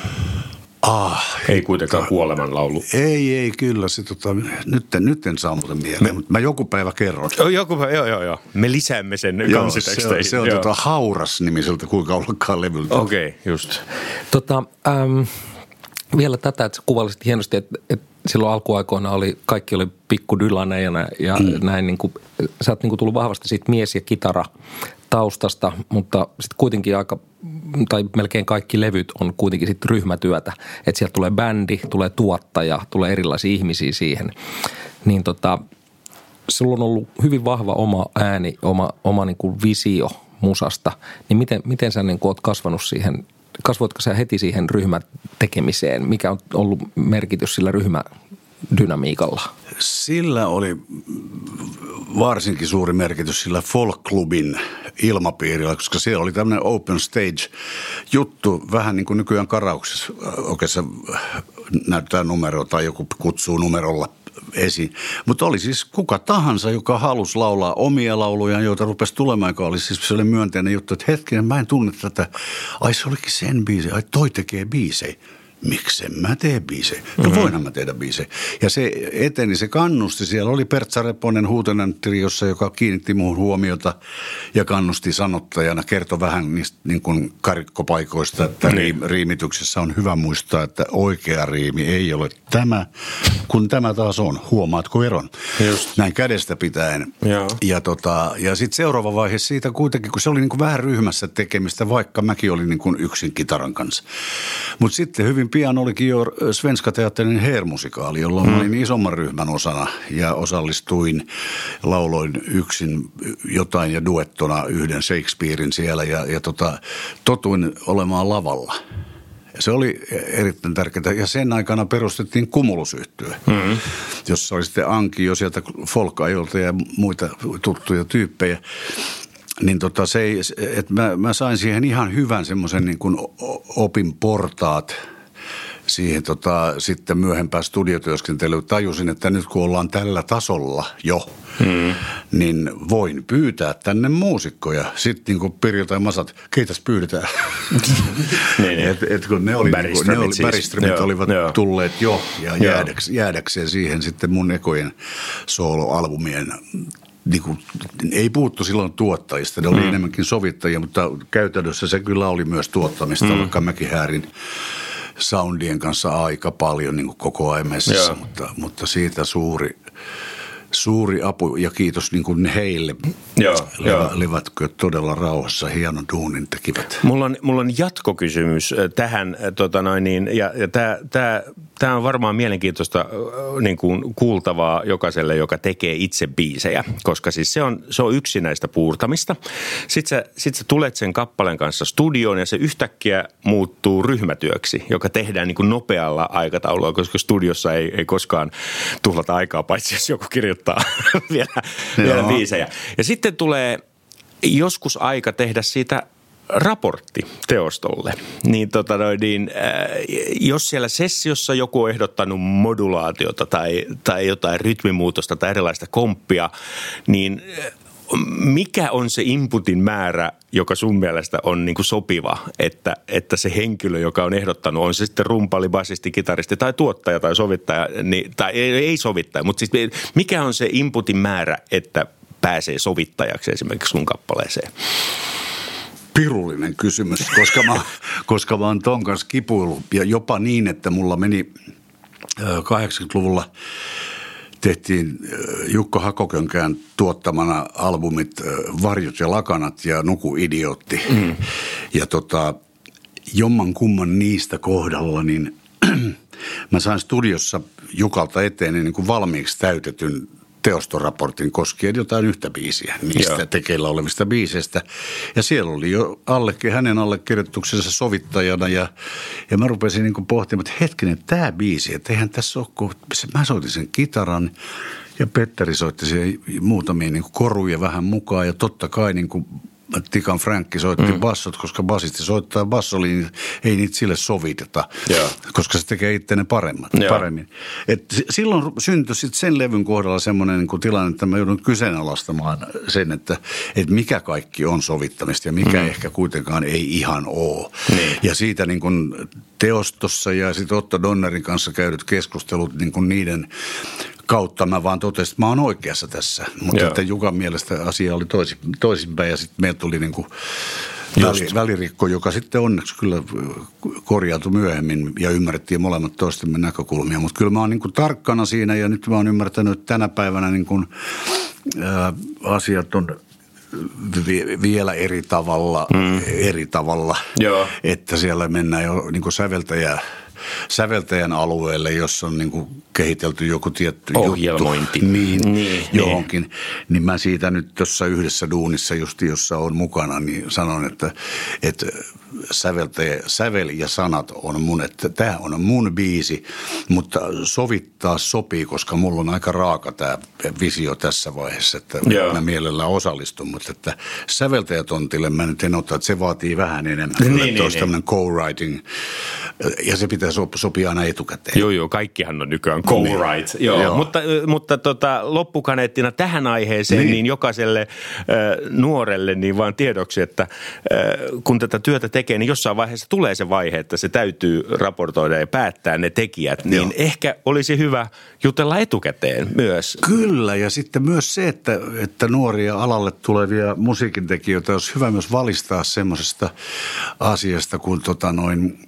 Ah, ei kuitenkaan kuolemanlaulu. Ei, ei, kyllä. Se, tota, nyt, en, nyt en saa muuten mieleen, mutta mä joku päivä kerron. Oh, joku päivä, joo, joo, joo. Me lisäämme sen kansiteksteihin. Se, se on tota Hauras-nimiseltä kuinka ollakaan levyltä. Okei, okay, just. Tota, ähm, vielä tätä, että sä kuvailisit hienosti, että, että silloin alkuaikoina oli, kaikki oli pikku dylaneina ja mm. näin niin kuin, sä oot niin kuin tullut vahvasti siitä mies- ja kitara taustasta, mutta sitten kuitenkin aika, tai melkein kaikki levyt on kuitenkin sitten ryhmätyötä. Että sieltä tulee bändi, tulee tuottaja, tulee erilaisia ihmisiä siihen. Niin tota, sulla on ollut hyvin vahva oma ääni, oma, oma niin kuin visio musasta. Niin miten, miten sä niin kuin oot kasvanut siihen, kasvoitko sä heti siihen ryhmätekemiseen? Mikä on ollut merkitys sillä ryhmädynamiikalla? Sillä oli varsinkin suuri merkitys sillä folk-klubin ilmapiirillä, koska siellä oli tämmöinen open stage-juttu, vähän niin kuin nykyään karauksessa oikeassa näyttää numeroa tai joku kutsuu numerolla esiin. Mutta oli siis kuka tahansa, joka halusi laulaa omia laulujaan, joita rupesi tulemaan, joka oli siis se oli myönteinen juttu, että hetkinen, mä en tunne tätä. Ai se olikin sen biisi, ai toi tekee biisejä. Miksen mä teen biisejä? No mm-hmm. voinhan mä tehdä biisejä. Ja se eteni, se kannusti. Siellä oli Pertsa Reponen Huutonen triossa, joka kiinnitti muuhun huomiota ja kannusti sanottajana. Kertoi vähän niistä niin kuin karikkopaikoista, että mm-hmm. riimityksessä on hyvä muistaa, että oikea riimi ei ole tämä, kun tämä taas on. Huomaatko eron? Just. Näin kädestä pitäen. Joo. Ja, tota, ja sitten seuraava vaihe siitä kuitenkin, kun se oli niin kuin vähän ryhmässä tekemistä, vaikka mäkin olin niin kuin yksin kitaran kanssa. Mutta sitten hyvin pian olikin jo Svenska Teatterin Hair-musikaali, jolloin mm. olin isomman ryhmän osana ja osallistuin, lauloin yksin jotain ja duettona yhden Shakespearein siellä ja, ja tota, totuin olemaan lavalla. Se oli erittäin tärkeää ja sen aikana perustettiin Kumulusyhtye, mm. jossa oli sitten Anki jo sieltä folk-ajolta ja muita tuttuja tyyppejä. Niin tota se ei, että mä, mä sain siihen ihan hyvän semmoisen niin kuin opin portaat siihen tota, sitten myöhempään studiotyöskentelyyn. Tajusin, että nyt kun ollaan tällä tasolla jo, hmm. niin voin pyytää tänne muusikkoja. Sitten niin kuin Pirjo tai Masat, keitäs pyydetään? niin, niin. Et, et kun ne oli, niin ne oli Bäriströmit olivat joo. tulleet jo ja jäädäks, jäädäkseen siihen sitten mun ekojen sooloalbumien. Niin kuin, ei puhuttu silloin tuottajista, ne oli mm. enemmänkin sovittajia, mutta käytännössä se kyllä oli myös tuottamista, mm. vaikka mäkin häärin soundien kanssa aika paljon niin kuin koko ajan messissä, mutta, mutta siitä suuri, suuri apu ja kiitos niin kuin heille. Joo, Leva, levätkö todella rauhassa, hienon duunin tekivät. Mulla on, mulla on jatkokysymys tähän, tota noin niin, ja, ja tämä, tämä, tämä on varmaan mielenkiintoista niin kuin kuultavaa jokaiselle, joka tekee itse biisejä, koska siis se on, se on yksi näistä puurtamista. Sitten sä, sit sä tulet sen kappaleen kanssa studioon ja se yhtäkkiä muuttuu ryhmätyöksi, joka tehdään niin kuin nopealla aikataululla, koska studiossa ei, ei koskaan tuhlata aikaa, paitsi jos joku kirjoittaa vielä, vielä biisejä. Ja sitten tulee joskus aika tehdä siitä raportti teostolle. Niin, tota noin, niin äh, jos siellä sessiossa joku on ehdottanut modulaatiota tai, tai jotain rytmimuutosta tai erilaista komppia, niin äh, mikä on se inputin määrä, joka sun mielestä on niin kuin sopiva, että, että se henkilö, joka on ehdottanut, on se sitten rumpali, basisti, kitaristi tai tuottaja tai sovittaja, niin, tai ei, ei sovittaja, mutta siis mikä on se inputin määrä, että pääsee sovittajaksi esimerkiksi sun kappaleeseen? Pirullinen kysymys, koska mä, koska mä oon ton kanssa kipuillut ja jopa niin, että mulla meni kahdeksankymmentäluvulla tehtiin Jukka Hakokönkään tuottamana albumit Varjot ja lakanat ja Nuku idiootti. Mm. Ja tota, jomman kumman niistä kohdalla, niin mä sain studiossa Jukalta eteen niin kuin valmiiksi täytetyn teostoraportin koskien jotain yhtä biisiä niistä Joo. tekeillä olevista biiseistä. Ja siellä oli jo alle, hänen allekirjoituksensa sovittajana ja, ja mä rupesin niin kuin pohtimaan, että hetkinen, tämä biisi, että eihän tässä ole, kun mä soitin sen kitaran ja Petteri soitti siihen muutamia niin kuin koruja vähän mukaan ja totta kai niin kuin Tikan Frankki soitti mm. bassot, koska basisti soittaa bassoliin, niin ei niitä sille soviteta, Joo. koska se tekee itseäni paremmin. Et silloin syntyi sitten sen levyn kohdalla semmoinen niin kuin tilanne, että mä joudun kyseenalaistamaan sen, että, että mikä kaikki on sovittamista ja mikä mm. ehkä kuitenkaan ei ihan ole. Niin. Ja siitä niin kuin teostossa ja sitten Otto Donnerin kanssa käydyt keskustelut niin kuin niiden kautta mä vaan totesin, että mä oon oikeassa tässä. Mutta että Jukan mielestä asia oli toisin, toisinpäin ja sitten meillä tuli niin kuin väli, välirikko, joka sitten onneksi kyllä korjautui myöhemmin ja ymmärrettiin molemmat toistemme näkökulmia. Mutta kyllä mä oon niin kuin tarkkana siinä ja nyt mä oon ymmärtänyt, että tänä päivänä niin kuin, ää, asiat on vielä eri tavalla, mm. eri tavalla Joo. että siellä mennään jo niin kuin säveltäjää. säveltäjän alueelle, jossa on niin kuin kehitelty joku tietty ohjelmointi juttu, niin, niin, johonkin, niin. niin mä siitä nyt tuossa yhdessä duunissa just, jossa on mukana, niin sanon, että, että säveltäjä, sävel ja sanat on mun, että tämä on mun biisi, mutta sovittaa sopii, koska mulla on aika raaka tämä visio tässä vaiheessa, että Joo. mä mielellään osallistun, mutta että säveltäjätontille mä nyt en ota, että se vaatii vähän enemmän, niin, että niin, olisi niin. tämmöinen co-writing ja se pitää sopia aina etukäteen. Joo, joo, kaikkihan on nykyään co-write. Niin. Joo, joo. Mutta, mutta tota, loppukaneettina tähän aiheeseen, niin, niin jokaiselle äh, nuorelle niin vaan tiedoksi, että äh, kun tätä työtä tekee, niin jossain vaiheessa tulee se vaihe, että se täytyy raportoida ja päättää ne tekijät, niin joo. ehkä olisi hyvä jutella etukäteen myös. Kyllä, ja sitten myös se, että, että nuoria alalle tulevia musiikintekijöitä olisi hyvä myös valistaa semmoisesta asiasta kuin tota noin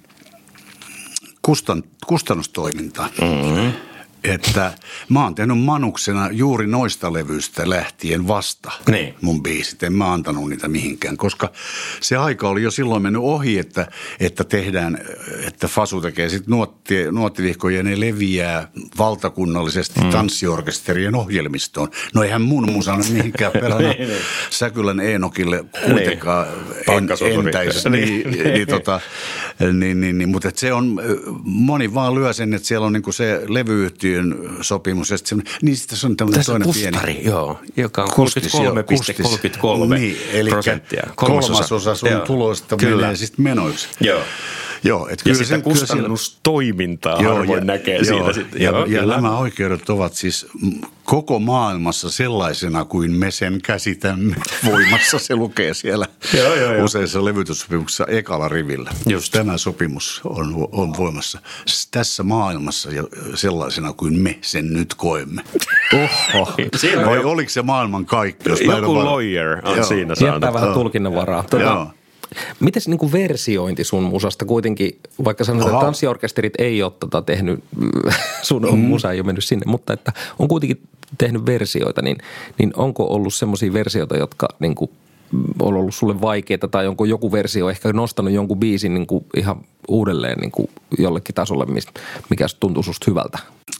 Kustan, kustannustoiminta. Mm-hmm. Että mä oon tehnyt manuksena juuri noista levyistä lähtien vasta niin. mun biisit. En mä antanut niitä mihinkään, koska se aika oli jo silloin mennyt ohi, että, että tehdään, että Fasu tekee sitten nuotti, nuottivihkoja ja ne leviää valtakunnallisesti mm. tanssiorkesterien ohjelmistoon. No eihän mun musa nyt mihinkään perhana Säkylän Eenokille kuitenkaan en, entäisi. Niin, niin, niin, tota, niin, niin, niin, mutta se on, moni vaan lyö sen, että siellä on niinku se levyyhtiö sopimus. Ja sitten niin sitten se on tämmöinen toinen pustari, pieni. Joo, joka on kolmekymmentäkolme pilkku kolmekymmentäkolme niin, eli prosenttia. Kolmasosa sun joo. tuloista kyllä. menee sitten menoiksi. Joo. Joo, et ja sitä kustannustoimintaa joo, harvoin ja, näkee joo, siitä. Sitten. Ja, joo, ja nämä oikeudet ovat siis koko maailmassa sellaisena kuin me sen käsitämme voimassa. Se lukee siellä joo, joo, joo. useissa levytyssopimuksissa ekalla rivillä. Just. Tämä sopimus on, on voimassa tässä maailmassa ja sellaisena kuin me sen nyt koemme. Oho. Vai jo. Oliko se maailman kaikki? Jos joku var... lawyer on joo. siinä saanut. Jättää vähän tulkinnanvaraa. Tuota, mites niin kuin versiointi sun musasta kuitenkin, vaikka sanotaan, että tanssiorkesterit ei ole tota tehnyt, sun mm. musa ei ole mennyt sinne, mutta että on kuitenkin tehnyt versioita, niin, niin onko ollut semmoisia versioita, jotka niin kuin on ollut sulle vaikeita tai onko joku versio ehkä nostanut jonkun biisin niin kuin ihan uudelleen niin kuin jollekin tasolle, mikä tuntuu susta hyvältä?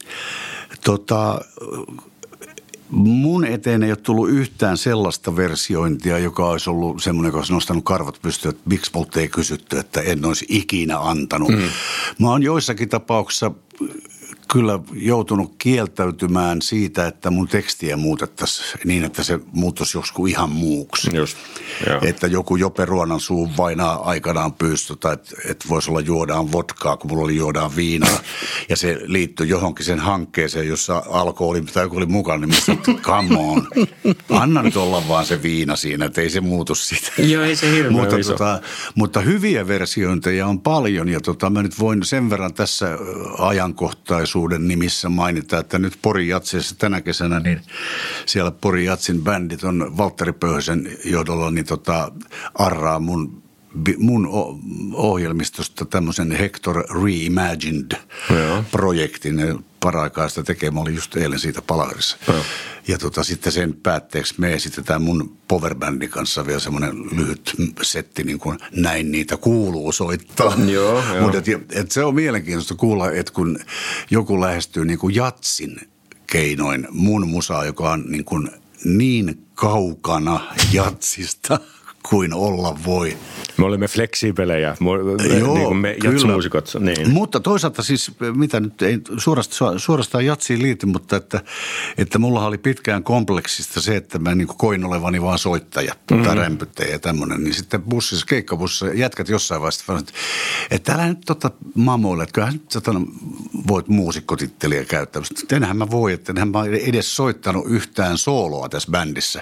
Tota... Mun eteen ei ole tullut yhtään sellaista versiointia, joka olisi ollut semmoinen, joka olisi nostanut karvat pystyyn, että miksi multa ei kysytty, että en olisi ikinä antanut. Mm. Mä oon joissakin tapauksissa kyllä joutunut kieltäytymään siitä, että mun tekstiä muutettaisiin niin, että se muuttuisi joskus ihan muuksi. Just, että joku Jope Ruonansuu vainaa aikanaan pyysi, että, että voisi olla juodaan vodkaa, kun mulla oli juodaan viinaa. Ja se liittyi johonkin sen hankkeeseen, jossa Alko oli, tai joku oli mukana, niin mä sanoin, come on, anna nyt olla vaan se viina siinä, että ei se muutu siitä. Joo, ei se hirveän mutta, iso. Tota, mutta hyviä versiointeja on paljon ja tota, mä nyt voin sen verran tässä ajankohtaisuuden nimissä mainita, että nyt Porin Jatsissa tänä kesänä, niin siellä Porin Jatsin bändit on Valtteri Pöyhösen johdolla, niin tota, arraa mun, mun ohjelmistosta tämmöisen Hector Reimagined-projektin. Paraikaa sitä tekee. Mä olin just eilen siitä Palaverissa. Ja, ja tota, sitten sen päätteeksi me esitetään mun powerbändin kanssa vielä semmoinen lyhyt setti, niin kuin näin niitä kuuluu soittaa. Joo, joo. Mutta et, et se on mielenkiintoista kuulla, että kun joku lähestyy niin kuin jatsin keinoin mun musaa, joka on niin, kuin niin kaukana jatsista kuin olla voi. Me olemme fleksibelejä, Joo, niin kuin me jatsmuusikot. Niin. Mutta toisaalta siis, mitä nyt ei suorastaan, suorastaan jatsiin liity, mutta että, että mulla oli pitkään kompleksista se, että mä niin kuin koin olevani vaan soittaja mm-hmm. tai rämpyttäjä ja tämmöinen. Niin sitten bussissa, keikkabussissa jätkät jossain vaiheessa sanoivat, että älä nyt tota mamoille, että kyllähän nyt tota, voit muusikkotitteliä käyttää. Mutta enhän mä voi, että enhän mä edes soittanut yhtään sooloa tässä bändissä.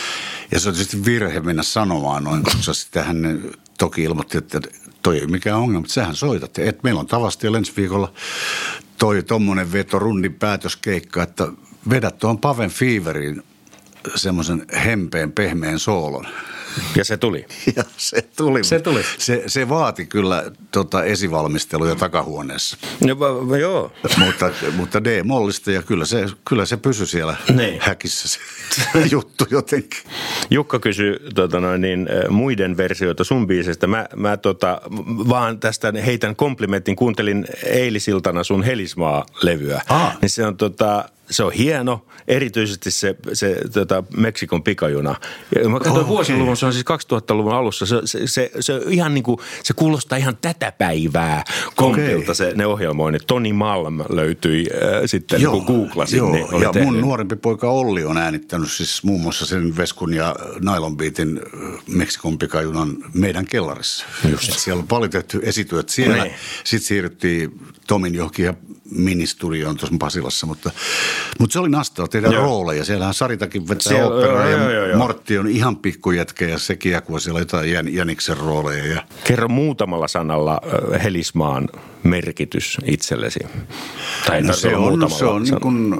Ja se on tietysti virhe mennä sanomaan noin, koska sitten hän toki ilmoitti, että toi ei mikään ongelma, mutta sähän soitat. Että meillä on tavasti jo ensi viikolla toi tommonen veto rundin päätöskeikka, että vedät tuon Paven Feverin semmoisen hempeen, pehmeän soolon. Ja se tuli. Ja se tuli. Se tuli. Se, se vaati kyllä tota esivalmisteluja takahuoneessa. No, va, joo. mutta, mutta D-mollista ja kyllä se, kyllä se pysyi siellä Nein. häkissä se juttu jotenkin. Jukka kysyi tota noin, niin, muiden versioita sun biisestä. Mä, mä tota, vaan tästä heitän komplimentin. Kuuntelin eilisiltana sun Helismaa-levyä. Ah. Niin se on tota... Se on hieno, erityisesti se, se tota, Meksikon pikajuna. Ja mä katsoin okay. vuosiluvun, se on siis kaksituhattaluvun alussa. Se, se, se, se, ihan niin kuin, se kuulostaa ihan tätä päivää kompilta okay. se, ne ohjelmoinnit. Toni Malm löytyi äh, sitten, joo, kun googlasin. Joo, niin ja tehnyt. Mun nuorempi poika Olli on äänittänyt siis muun muassa sen Veskun ja Nylon Beatin Meksikon pikajunan meidän kellarissa. Just. Siellä on paljon tehty esityöt siellä. Niin. Sitten siirryttiin Tomin johonkin ja ministurioon tuossa Pasilassa, mutta, mutta se oli nastaa tehdä joo. rooleja. Siellähän Saritakin vetää siellä, operaa ja joo, joo, joo. Mortti on ihan pikkujätkä ja se kiekua siellä jotain Jän, Jäniksen rooleja. Ja... Kerro muutamalla sanalla Helismaan merkitys itsellesi. Tai no se on, se on niin kuin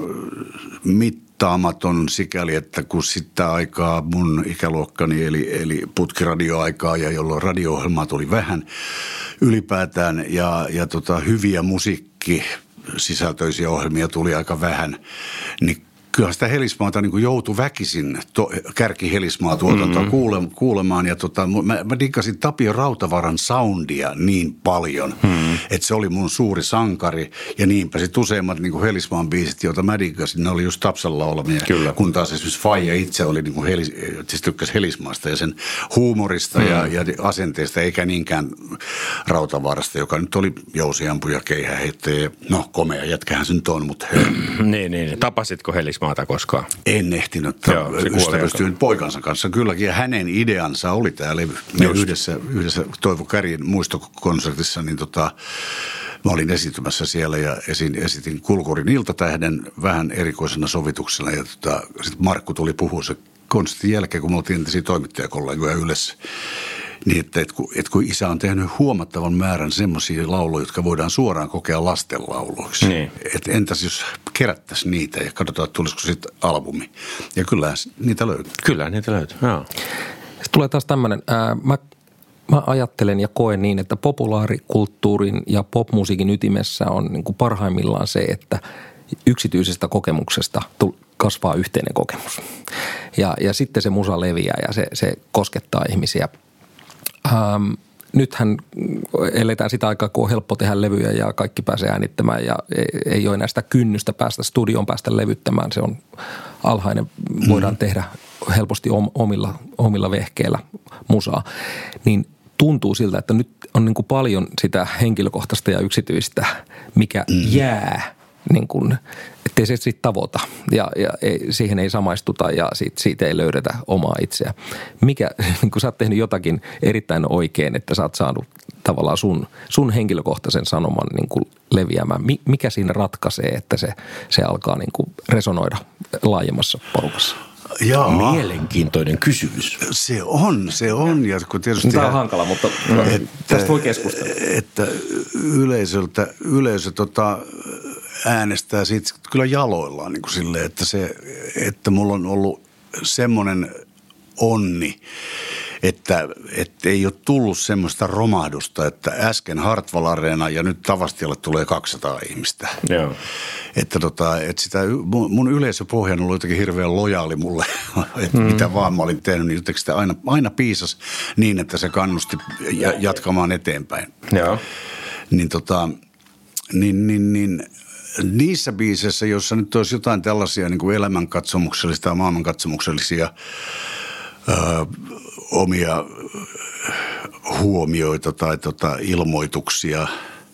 mittaamaton sikäli, että kun sitä aikaa mun ikäluokkani eli, eli putkiradioaikaa ja jolloin radio-ohjelmaa tuli vähän ylipäätään ja, ja tota, hyviä musiikki sisältöisiä ohjelmia tuli aika vähän, niin kyllä sitä Helismaata niin kuin joutui väkisin to, kärki-Helismaa tuotantoa mm-hmm. kuule, kuulemaan. Ja tota, mä, mä diggasin Tapio Rautavaran soundia niin paljon, mm-hmm. että se oli mun suuri sankari. Ja niinpä sitten useimmat niin kuin Helismaan biisit, joita mä diggasin, ne oli just Tapsan laulamia. Kyllä. Kun taas esimerkiksi Faija itse oli niin kuin Helis, siis tykkäsi Helismaasta ja sen huumorista mm-hmm. ja, ja asenteesta, eikä niinkään Rautavarasta, joka nyt oli jousiampuja, keihäheittäjä. No, komea jätkähän se nyt on, mutta... niin, niin. Tapasitko Helismaa? Maata koskaan. En ehtinyt. Ystävystyin poikansa kanssa kylläkin ja hänen ideansa oli tämä levy. Me yhdessä, yhdessä Toivo Kärjen muistokonsertissa, niin tota, mä olin esitymässä siellä ja esin, esitin Kulkurin iltatähden vähän erikoisena sovituksena ja tota, sitten Markku tuli puhua se konsertin jälkeen, kun me oltiin entisiä toimittajakollegoja Ylessä. Niin, että et kun, et kun isä on tehnyt huomattavan määrän semmoisia lauluja, jotka voidaan suoraan kokea lastenlauluiksi. Niin. Että entäs jos kerättäisiin niitä ja katsotaan, että tulisiko sitten albumi. Ja kyllä niitä löytyy. Kyllä niitä löytyy, joo. Sitten tulee taas tämmöinen, ää, mä, mä ajattelen ja koen niin, että populaarikulttuurin ja popmusiikin ytimessä on niin kuin parhaimmillaan se, että yksityisestä kokemuksesta kasvaa yhteinen kokemus. Ja, ja sitten se musa leviää ja se, se koskettaa ihmisiä. Ähm, nythän eletään sitä aikaa, kun on helppo tehdä levyjä ja kaikki pääsee äänittämään ja ei, ei ole enää sitä kynnystä päästä studioon päästä levyttämään. Se on alhainen, voidaan mm. tehdä helposti omilla, omilla vehkeillä musaa. Niin tuntuu siltä, että nyt on niin kuin paljon sitä henkilökohtaista ja yksityistä, mikä mm. jää niin kuin, ettei se siitä tavoita ja, ja ei, siihen ei samaistuta ja siitä, siitä ei löydetä omaa itseä. Mikä, niin kun sä oot tehnyt jotakin erittäin oikein, että sä oot saanut tavallaan sun, sun henkilökohtaisen sanoman niin kuin leviämään. Mikä siinä ratkaisee, että se, se alkaa niin kuin resonoida laajemmassa porukassa? Jaa. Mielenkiintoinen kysymys. Se on, se on. Ja kun tietysti tämä on hankala, mutta että, tästä voi keskustella. Että yleisöltä, yleisö tota, äänestää siitä kyllä jaloillaan niin kuin silleen, että, se, että mulla on ollut semmoinen onni, että, että ei ole tullut semmoista romahdusta, että äsken Hartwall Areena ja nyt Tavastialle tulee kaksisataa ihmistä. Joo. Että, tota, että sitä, mun yleisöpohja on ollut jotenkin hirveän lojaali mulle, että mm. mitä vaan mä olin tehnyt, niin jotenkin sitä aina, aina piisasi niin, että se kannusti jatkamaan eteenpäin. Joo. Niin tota, niin, niin, niin niissä biiseissä, joissa nyt olisi jotain tällaisia niin kuin elämänkatsomuksellisia tai maailmankatsomuksellisia öö, omia huomioita tai tota, ilmoituksia,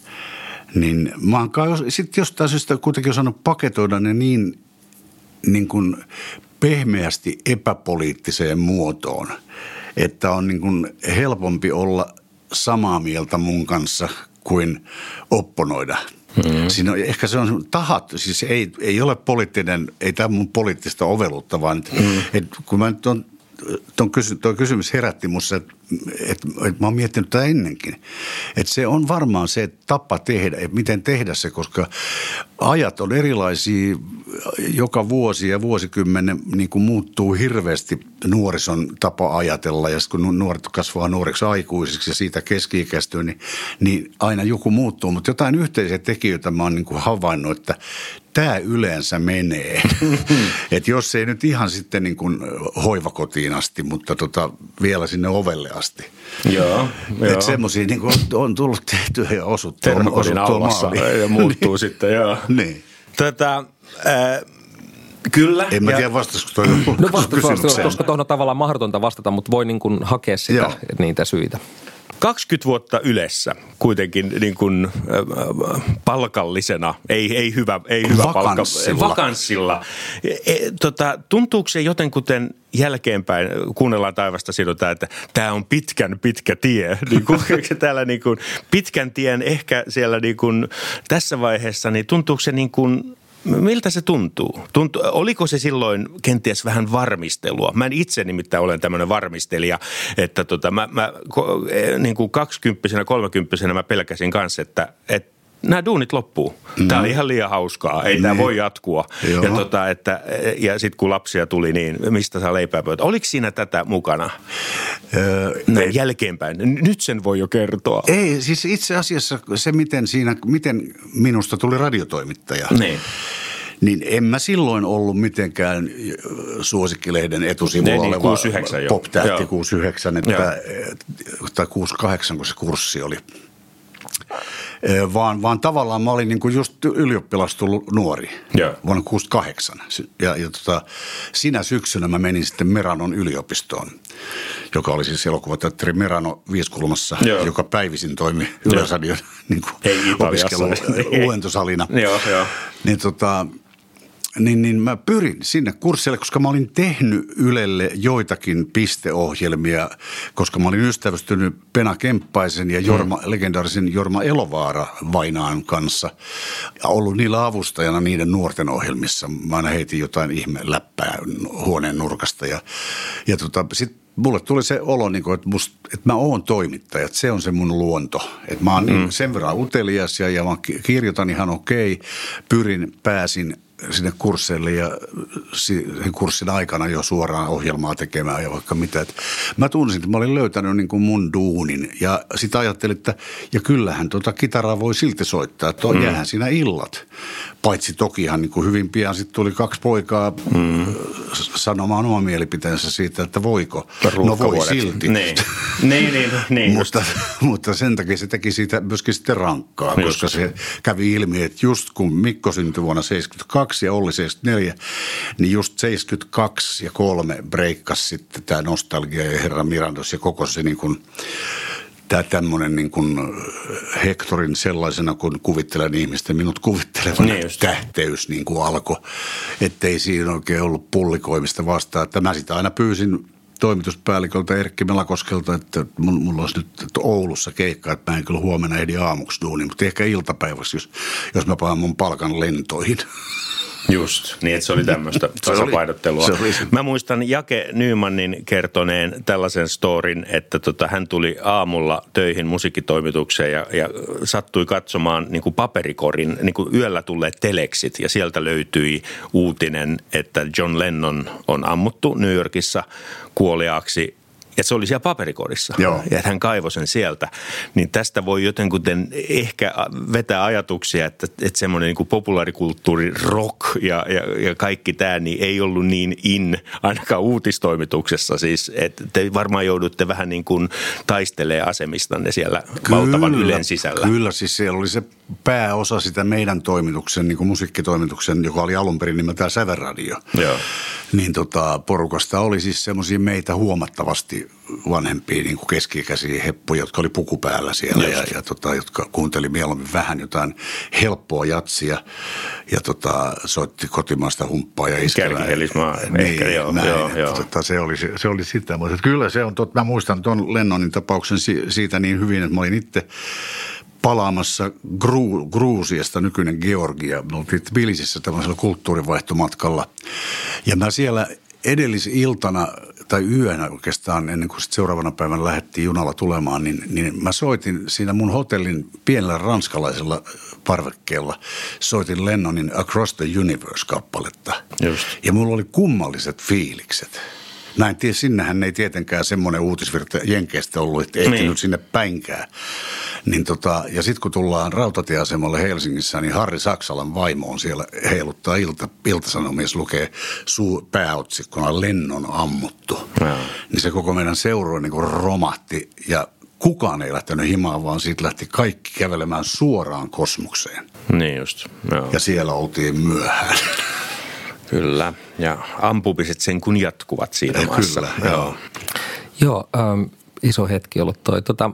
niin mä oon sitten jostain syystä kuitenkin osannut paketoida ne niin, niin kuin pehmeästi epäpoliittiseen muotoon, että on niin kuin helpompi olla samaa mieltä mun kanssa kuin opponoida. Mm-hmm. Siinä on, ehkä se on tahat, siis ei, ei ole poliittinen, ei tämä mun poliittista oveluutta, vaan mm-hmm. että kun mä nyt on, tuo kysymys, kysymys herätti musta, että, että, että mä oon miettinyt tätä ennenkin. Että se on varmaan se tapa tehdä, että miten tehdä se, koska ajat on erilaisia joka vuosi ja vuosikymmenen niin kuin muuttuu hirveästi nuorison tapa ajatella. Ja kun nuoret kasvaa nuoreksi aikuisiksi ja siitä keski-ikäistyy, niin, niin aina joku muuttuu. Mutta jotain yhteisiä tekijöitä mä oon niin kuin havainnut, että tämä yleensä menee. Että jos ei nyt ihan sitten niin kuin hoivakotiin asti, mutta tota, vielä sinne ovelle asti. Joo. Että semmoisia niin kuin on tullut tehtyä ja osuttua, termokodin aulassa ja muuttuu niin. Sitten, joo. Niin. Tätä, äh, kyllä. En mä ja... tiedä vastaisiko toi no vastaisiko, koska tuohon on tavallaan mahdotonta vastata, mutta voi niin kuin hakea sitä, joo. niitä syitä. kaksikymmentä vuotta Ylessä kuitenkin niin kuin äh, palkallisena, ei, ei hyvä, ei hyvä vakanssilla. Palkka, vakanssilla. E, tota, tuntuuko se jotenkuten jälkeenpäin, kuunnellaan taivasta sidotaan, että tämä on pitkän pitkä tie. Niin kuin, täällä niin kuin, pitkän tien ehkä siellä niin kuin, tässä vaiheessa, niin tuntuuko se niin kuin, miltä se tuntuu? Tuntuu? Oliko se silloin kenties vähän varmistelua? Mä itse nimittäin olen tämmöinen varmistelija, että tota, mä, mä niin kuin kaksikymppisenä, kolmekymppisenä mä pelkäsin kanssa, että, että nämä duunit loppuu. Tämä on ihan liian hauskaa. Ei niin. Tämä voi jatkua. Joo. Ja, tota, että, ja sitten kun lapsia tuli, niin mistä saa leipää pöytä? Oliko siinä tätä mukana? Öö, Näin jälkeenpäin. Nyt sen voi jo kertoa. Ei, siis itse asiassa se, miten, siinä, miten minusta tuli radiotoimittaja. Niin. Niin en mä silloin ollut mitenkään Suosikkilehden etusivulla niin, oleva kuusikymmentäyhdeksän, pop-tähti kuusikymmentäyhdeksän, että, tai kuusikymmentäkahdeksan, kun se kurssi oli. Vaan, vaan tavallaan mä olin niin kuin just ylioppilas tullut nuori yeah. vuonna kuusikymmentäkahdeksan. Ja, ja tota, sinä syksynä mä menin sitten Meranon yliopistoon, joka oli siis elokuvateatteri Merano Viiskulmassa, yeah. joka päivisin toimi Yleisradion niin opiskelu-luentosalina. Joo, joo. Niin tota... Niin, niin mä pyrin sinne kurssille, koska mä olin tehnyt Ylelle joitakin pisteohjelmia, koska mä olin ystävystynyt Pena Kemppaisen ja Jorma, hmm. legendaarisen Jorma Elovaara-vainaan kanssa ja ollut niillä avustajana niiden nuorten ohjelmissa. Mä aina heitin jotain ihme läppää huoneen nurkasta ja, ja tota, sitten mulle tuli se olo, että, must, että mä oon toimittaja, että se on se mun luonto. Että mä oon mm. niin sen verran utelias ja, ja mä kirjoitan ihan okei, pyrin, pääsin sinne kursseille ja sen kurssin aikana jo suoraan ohjelmaa tekemään ja vaikka mitä. Et mä tunsin, että mä olin löytänyt niin kuin mun duunin ja sitten ajattelin, että ja kyllähän tota kitaraa voi silti soittaa, että mm. jäähän siinä illat. Paitsi tokihan niin kuin hyvin pian sitten tuli kaksi poikaa mm. sanomaan oma mielipiteensä siitä, että voiko. No voi silti. Niin, niin, niin. niin mutta, mutta sen takia se teki siitä myöskin sitten rankkaa, just. Koska se kävi ilmi, että just kun Mikko syntyi vuonna seitsemänkymmentäkaksi ja Olli seitsemänkymmentäneljä, niin just seitsemänkymmentäkaksi ja kolme breikkasi sitten tämä nostalgia ja Herra Mirandos ja koko se niin kuin tämä tämmöinen niin kuin Hectorin sellaisena, kun kuvittelen ihmisten minut kuvittelevan niin tähteys niin kuin alkoi, ettei siinä oikein ollut pullikoimista vastaan. Että mä sitä aina pyysin toimituspäälliköltä Erkki Melakoskelta, että mulla olisi nyt Oulussa keikka, että mä en kyllä huomenna ehdi aamuksi duuniin, mutta ehkä iltapäiväksi, jos, jos mä panen mun palkan lentoihin. Just, niin että se oli tämmöistä tasapainottelua. Mä muistan Jake Nymanin kertoneen tällaisen storin, että tota, hän tuli aamulla töihin musiikkitoimitukseen ja, ja sattui katsomaan niin kuin paperikorin, niin kuin yöllä tulleet teleksit ja sieltä löytyi uutinen, että John Lennon on ammuttu New Yorkissa kuoliaaksi. Ja se oli siellä paperikorissa. Joo. Ja hän kaivoi sen sieltä. Niin tästä voi jotenkin ehkä vetää ajatuksia, että, että semmoinen niin kuin populaarikulttuuri, rock ja, ja, ja kaikki tämä niin ei ollut niin in ainakaan uutistoimituksessa. Siis, että te varmaan joudutte vähän niin kuin taistelemaan asemistanne siellä kyllä, valtavan Ylen sisällä. Kyllä, siis siellä oli se pääosa sitä meidän toimituksen, niin kuin musiikkitoimituksen, joka oli alun perin nimeltään Säveradio. Joo. Niin tota, porukasta oli siis semmoisia meitä huomattavasti vanhempia niin kuin keski-ikäisiä heppuja, jotka oli puku päällä siellä ja, ja tota, jotka kuunteli mieluummin vähän jotain helppoa jatsia ja tota, soitti kotimaista humppaa ja iskellä. Kärkihelismaa niin, ehkä, joo. Näin, joo, joo. Tota, se, oli, se oli sitä. Mutta kyllä se on totta. Mä muistan tuon Lennonin tapauksen siitä niin hyvin, että mä olin itse palaamassa Gru, Gruusiasta, nykyinen Georgia. Me oltiin Tbilisissä tämmöisellä kulttuurivaihtomatkalla. Ja mä siellä edellisiltana tai yönä oikeastaan ennen kuin seuraavana päivänä lähdettiin junalla tulemaan, niin, niin mä soitin siinä mun hotellin pienellä ranskalaisella parvekkeella, soitin Lennonin Across the Universe-kappaletta. Just. Ja mulla oli kummalliset fiilikset. Mä en tiedä, sinnehän ei tietenkään semmoinen uutisvirta Jenkeistä ollut, että ehtinyt niin sinne päinkään. Niin tota, ja sitten kun tullaan rautatieasemalle Helsingissä, niin Harri Saksalan vaimo on siellä heiluttaa ilta, iltasanomies, lukee suu, pääotsikkona Lennon ammuttu. Ja. Niin se koko meidän seurue niin kuin romahti ja kukaan ei lähtenyt himaan, vaan siitä lähti kaikki kävelemään suoraan kosmokseen. Niin just, joo. Ja siellä oltiin myöhään. Kyllä, ja ampumiset sen kun jatkuvat siinä maassa. Kyllä, joo. Joo, ähm, iso hetki ollut toi. Tota,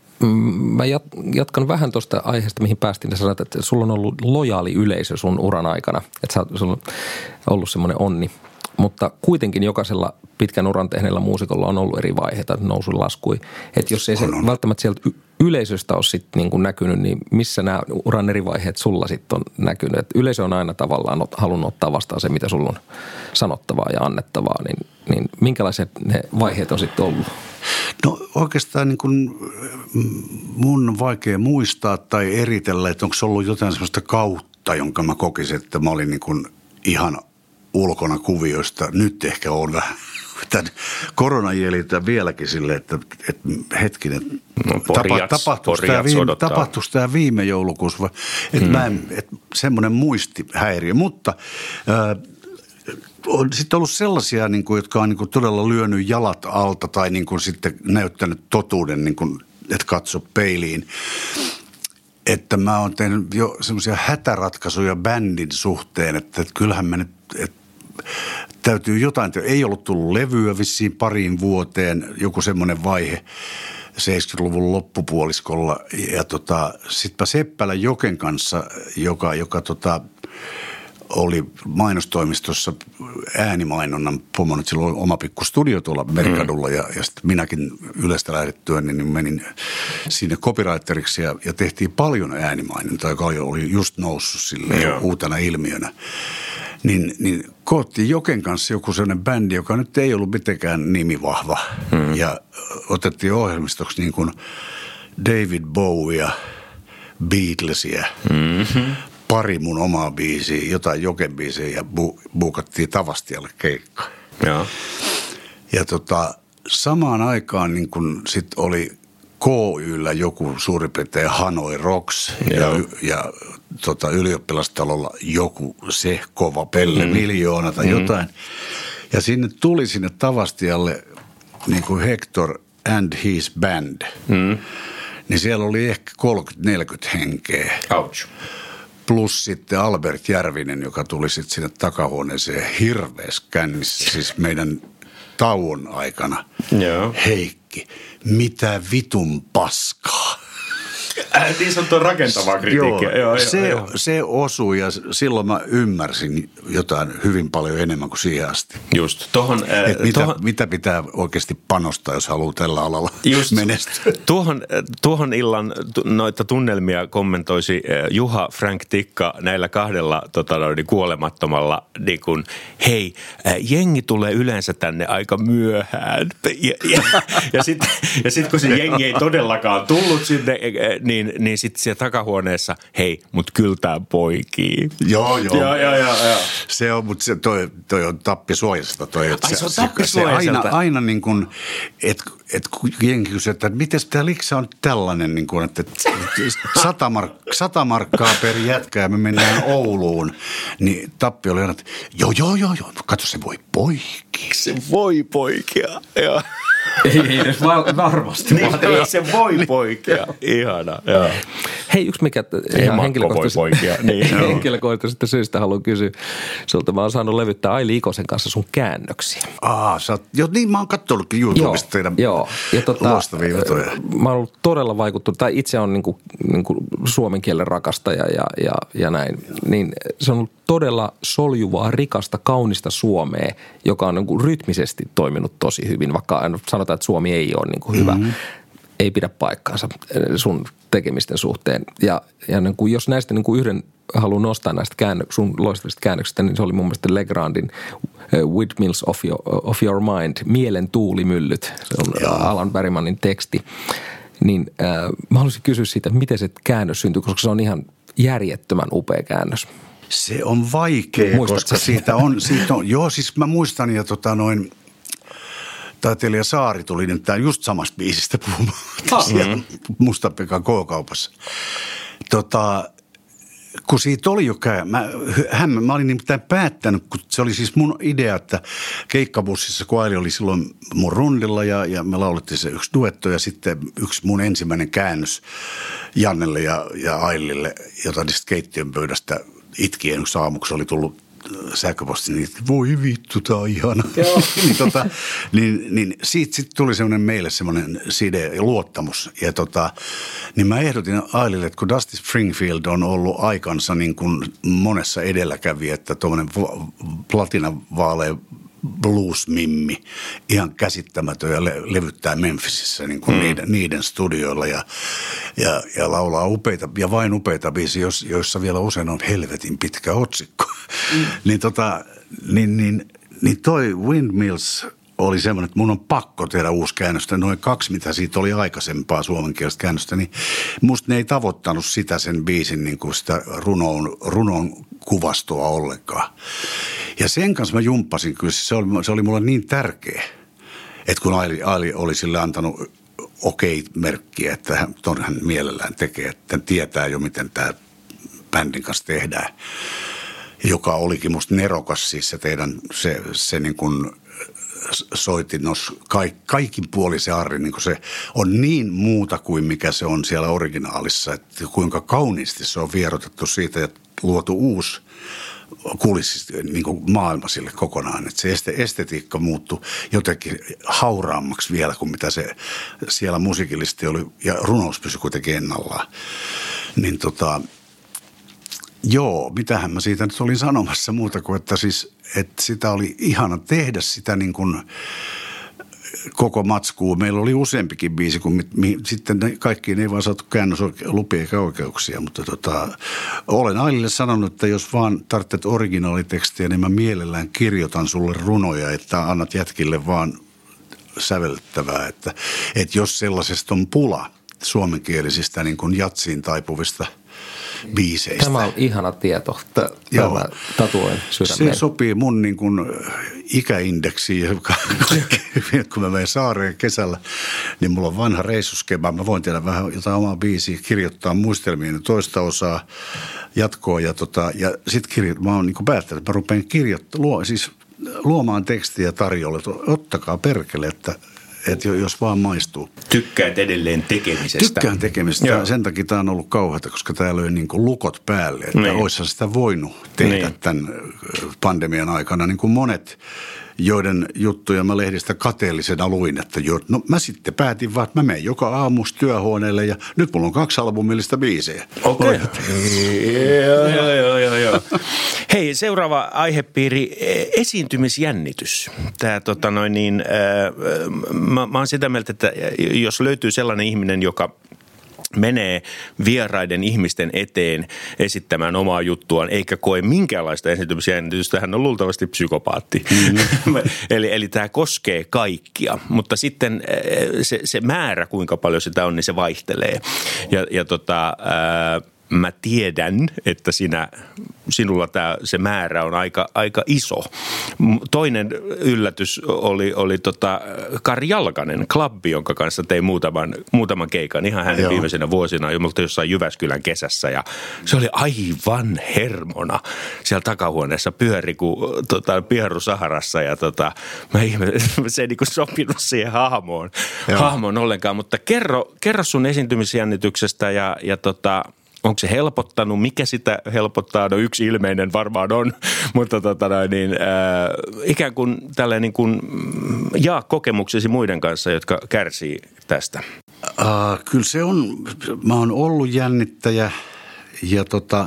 mä jatkan vähän tuosta aiheesta, mihin päästiin ja sanoit, että sulla on ollut lojaali yleisö sun uran aikana. Että sä, sulla on ollut semmoinen onni. Mutta kuitenkin jokaisella pitkän uran tehneellä muusikolla on ollut eri vaiheita, nousun laskui. Että jos ei se välttämättä sieltä yleisöstä ole sitten niin kuin näkynyt, niin missä nämä uran eri vaiheet sulla sitten on näkynyt? Et yleisö on aina tavallaan halunnut ottaa vastaan se, mitä sulla on sanottavaa ja annettavaa. Niin, niin minkälaiset ne vaiheet on sitten ollut? No oikeastaan niin kuin mun on vaikea muistaa tai eritellä, että onko se ollut jotain sellaista kautta, jonka mä kokisin, että mä olin niin kuin ihan ulkona kuvioista. Nyt ehkä on vähän tämän koronan jäljiltä vieläkin silleen, että, että hetkinen, no, porjats, tapahtuisi, tämä viime, tapahtuisi tämä viime joulukuussa. Että hmm. mä en, että semmoinen muistihäiriö, mutta äh, on sitten ollut sellaisia, niin kuin, jotka on niin kuin todella lyönyt jalat alta tai niin kuin sitten näyttänyt totuuden, niin kuin, että katso peiliin. Että mä oon tehnyt jo semmoisia hätäratkaisuja bändin suhteen, että, että kyllähän me nyt, että täytyy jotain, ei ollut tullut levyä vissiin pariin vuoteen, joku semmoinen vaihe seitsemänkymmentäluvun loppupuoliskolla. Ja tota, sitpä Seppälä Joken kanssa, joka, joka tota, oli mainostoimistossa äänimainonnan pomo, nyt silloin oma pikku studio tuolla Merikadulla ja, ja sitten minäkin Ylestä lähdettyä, niin menin sinne copywriteriksi ja, ja tehtiin paljon äänimainontaa, joka oli just noussut silleen uutena ilmiönä. Niin, niin koottiin Joken kanssa joku sellainen bändi, joka nyt ei ollut mitenkään nimivahva. Hmm. Ja otettiin ohjelmistoksi niin kuin David Bowiea, Beatlesia, mm-hmm. pari mun omaa biisiä, jotain Joken biisiä ja bu- buukattiin Tavastialle keikka. Ja, ja tota, samaan aikaan niin kun sit oli K Y:llä joku suurin piirtein Hanoi Rocks ja, ja, ja tota, ylioppilastalolla joku se kova pelle, mm. miljoona tai mm. jotain. Ja sinne tuli sinne Tavastialle niin kuin Hector and his band. Mm. Niin siellä oli ehkä kolmekymmentä neljäkymmentä henkeä. Ouch. Plus sitten Albert Järvinen, joka tuli sitten sinne takahuoneeseen hirveässä kännissä, siis meidän tauon aikana. Joo. Hei, kaikki. Mitä vitun paskaa. Äh, niin sanottua rakentavaa kritiikkiä. Joo, joo, se, joo. se osui ja silloin mä ymmärsin jotain hyvin paljon enemmän kuin siihen asti. Just. Tohon, äh, Et mitä, tohon, mitä pitää oikeasti panostaa, jos haluaa tällä alalla just, menestyä. Tuohon, tuohon illan noita tunnelmia kommentoisi Juha Frank Tikka näillä kahdella tota, noin, kuolemattomalla, niin kun, hei, jengi tulee yleensä tänne aika myöhään. Ja, ja, ja sitten ja sit, kun se jengi ei todellakaan tullut sinne, niin, niin sitten siellä takahuoneessa, hei, mut kyllä tää poikii. Joo, joo. Joo, joo, joo, joo. Se on, mutta se, toi, toi on tappisuojasta. Toi, Ai se on tappisuojaselta. Aina, aina niin kuin, että et kun jengi kysyy, että miten tämä liksa on tällainen, niin kuin, että sata, mark, sata markkaa per jätkä ja me mennään Ouluun, niin Tappi oli aina, että joo, joo, joo, joo, katso se voi poikia. Se voi poikia, joo. Ei, ei edes varmasti. Niin, ei se voi poikia. Ihana, joo. Hei, yksi mikä Ei ihan Makko voi poikia. Niin. henkilökohtaisesta syystä haluan kysyä sulta. Mä oon saanut levyttää Aili Ikosen kanssa sun käännöksiä. Aa, sä oot, jo, niin mä oon katsonutkin YouTubesta teidän joo. Ja tota, loistavia jutuja. Mä oon ollut todella vaikuttunut, tai itse on niinku, niinku suomen kielen rakastaja ja, ja, ja näin. Niin se on ollut todella soljuvaa, rikasta, kaunista suomea, joka on niinku rytmisesti toiminut tosi hyvin, vaikka aina sanotaan, että suomi ei ole niinku hyvä. Mm-hmm. Ei pidä paikkaansa sun tekemisten suhteen. Ja, ja niin kuin jos näistä niin kuin yhden haluan nostaa näistä käännö, sun loistavista käännöksistä, niin se oli mun mielestä Legrandin uh, Windmills of Your, of your Mind, Mielen tuulimyllyt. Se on Joo. Alan Berrymanin teksti. Niin äh, mä haluaisin kysyä siitä, miten se käännös syntyi, koska se on ihan järjettömän upea käännös. Se on vaikea, Muistatko koska siitä on, siitä on, joo siis mä muistan ja tota noin, taiteilija Saari tuli nyt tää just samasta biisistä puhumaan mm-hmm. Musta-Pekan K-kaupassa. Tota, kun siitä oli jo käy, mä, hän, mä olin nimittäin päättänyt, kun se oli siis mun idea, että keikkabussissa, kun Aili oli silloin mun rundilla ja, ja me laulettiin se yksi duetto ja sitten yksi mun ensimmäinen käännös Jannelle ja, ja Ailille, jota sitten keittiön pöydästä itkien yksi aamuksi oli tullut sähköposti, niin että voi vittu, tää on ihana. niin, tota, niin, niin siitä sitten tuli semmoinen meille semmoinen side ja luottamus. Ja tota, niin mä ehdotin Ailille, että kun Dusty Springfield on ollut aikansa niin kuin monessa edelläkävijä, että tuommoinen platinavaalea blues-mimmi, ihan käsittämätön ja le- levyttää Memphisissä niin kuin mm. niiden, niiden studioilla ja, ja, ja laulaa upeita ja vain upeita biisiä, joissa vielä usein on helvetin pitkä otsikko. Mm. niin, tota, niin, niin, niin toi Windmills oli semmoinen, että mun on pakko tehdä uusi käännöstä. Noin kaksi, mitä siitä oli aikaisempaa suomenkielistä käännöstä, niin musta ne ei tavoittanut sitä sen biisin niin kuin sitä runon, runon kuvastoa ollenkaan. Ja sen kanssa mä jumppasin kyllä, se oli, se oli mulle niin tärkeä, että kun Aili, Aili oli sille antanut okei-merkkiä, että hän, hän mielellään tekee, että hän tietää jo, miten tämä bändin kanssa tehdään, joka olikin musta nerokas siis se teidän, se, se niin kuin soitinnos, kaik, kaikin puoli se Arri, niin kuin se on niin muuta kuin mikä se on siellä originaalissa, että kuinka kauniisti se on vierotettu siitä ja luotu uusi kulissi niin kuin maailma sille kokonaan. Että se este, estetiikka muuttui jotenkin hauraammaksi vielä kuin mitä se siellä musiikillisesti oli ja runous pysyi kuitenkin ennallaan. Niin tota, joo, mitähän mä siitä nyt olin sanomassa muuta kuin, että siis, että sitä oli ihana tehdä sitä niin kuin koko matskuu. Meillä oli useampikin biisi, kun mi, mi, sitten ne, kaikkiin ei vaan saatu käännöslupia eikä oikeuksia, mutta tota, olen Ailille sanonut, että jos vaan tarvitset originaalitekstiä, niin mä mielellään kirjoitan sulle runoja, että annat jätkille vaan sävellettävää, että, että jos sellaisesta on pula suomenkielisistä niin kuin jatsiin taipuvista biiseistä. Tämä on ihana tieto. Tämä tatuoin sydämeen. Se sopii mun niin kuin ikäindeksiin, kun mä menen saareen kesällä, niin mulla on vanha reissuskema. Mä voin tehdä vähän jotain omaa biisiä, kirjoittaa muistelmiin toista osaa, jatkoa ja, tota, ja sit kirjo, mä oon niin kuin päättänyt, että mä rupean kirjoittamaan, luo, siis luomaan tekstiä tarjolle. Ottakaa perkele, että että jos vaan maistuu. Tykkäät edelleen tekemisestä. Tykkään tekemisestä. Joo. Sen takia tämä on ollut kauheata, koska tämä löi niin kuin lukot päälle. Että niin. Olisihan sitä voinut tehdä niin. Tämän pandemian aikana. Niin kuin monet joiden juttuja mä lehdistä kateellisena luin, että jo, no mä sitten päätin vaan, että mä menen joka aamu työhuoneelle ja nyt mulla on kaksi albumillista biisejä. Okei. Okay. joo, joo, joo, joo, joo. Hei, seuraava aihepiiri, esiintymisjännitys. Tää, tota noin niin, äh, mä, mä oon sitä mieltä, että jos löytyy sellainen ihminen, joka menee vieraiden ihmisten eteen esittämään omaa juttuaan, eikä koe minkäänlaista esiintymisjännitystä, hän on luultavasti psykopaatti. Mm-hmm. eli, eli tämä koskee kaikkia, mutta sitten se, se määrä, kuinka paljon sitä on, niin se vaihtelee. Ja, ja tota... Ää, mä tiedän, että sinä, sinulla tää, se määrä on aika, aika iso. Toinen yllätys oli, oli tota Kari Jalkanen, klubbi, jonka kanssa tein muutaman, muutaman keikan ihan hänen Joo. viimeisenä vuosina, jolta jossain Jyväskylän kesässä. Ja se oli aivan hermona. Siellä takahuoneessa pyöri kuin tota, pieru Saharassa ja tota, mä ihmettelin, se ei niinku sopinut siihen hahmoon, hahmoon ollenkaan. Mutta kerro, kerro sun esiintymisjännityksestä ja, ja tota... Onko se helpottanut? Mikä sitä helpottaa? No yksi ilmeinen varmaan on, mutta tota niin, äh, ikään kuin tällainen niin kuin jaa kokemuksesi muiden kanssa, jotka kärsii tästä. Uh, kyllä se on, mä oon ollut jännittäjä ja tota,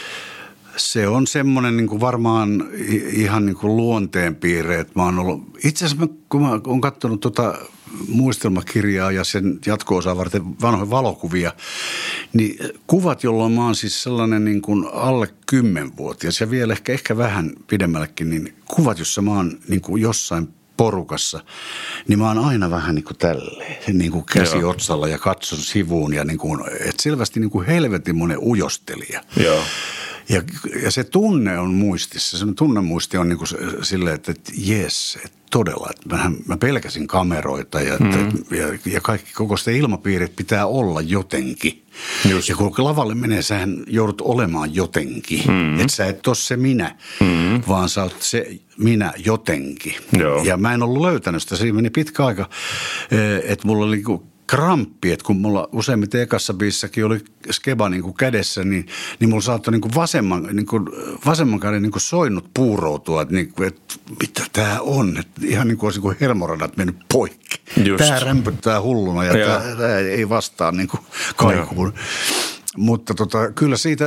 se on semmoinen niin kuin varmaan ihan niin kuin luonteenpiirre, että mä oon ollut, itse asiassa kun mä oon katsonut tota muistelmakirjaa ja sen jatko-osaa varten vanhoja valokuvia, niin kuvat, jolloin mä oon siis sellainen niin kuin alle kymmenvuotias ja vielä ehkä, ehkä vähän pidemmällekin, niin kuvat, jossa mä oon niin kuin jossain porukassa, niin mä oon aina vähän niin kuin tälleen, niin kuin käsi Joo. otsalla ja katson sivuun ja niin kuin, että selvästi niin kuin helvetin monen ujostelija. Joo. Ja, ja se tunne on muistissa, se tunnemuisti on niin kuin silleen, että, että jes, että todella, että mä, mä pelkäsin kameroita ja, mm-hmm. ja, ja kaikki koko sitä ilmapiirit pitää olla jotenkin. Just. Ja kun lavalle menee, sähän joudut olemaan jotenkin. Mm-hmm. Että sä et ole se minä, mm-hmm. vaan sä oot se minä jotenkin. Joo. Ja mä en ollut löytänyt sitä, siinä meni pitkä aika, että mulla oli niin kramppi, että kun mulla useimmiten ekassa biissäkin oli skeba niin kuin kädessä, niin, niin mulla saattoi niin kuin vasemman, niin kuin vasemman käden niin kuin soinnut puuroutua, että, niin kuin, että mitä tää on, että ihan niin kuin olisi niin kuin hermoradat mennyt poikki. Just. Tää rämpyttää hulluna ja tää, tää ei vastaa niin kuin kaikuun. Mutta tota, kyllä siitä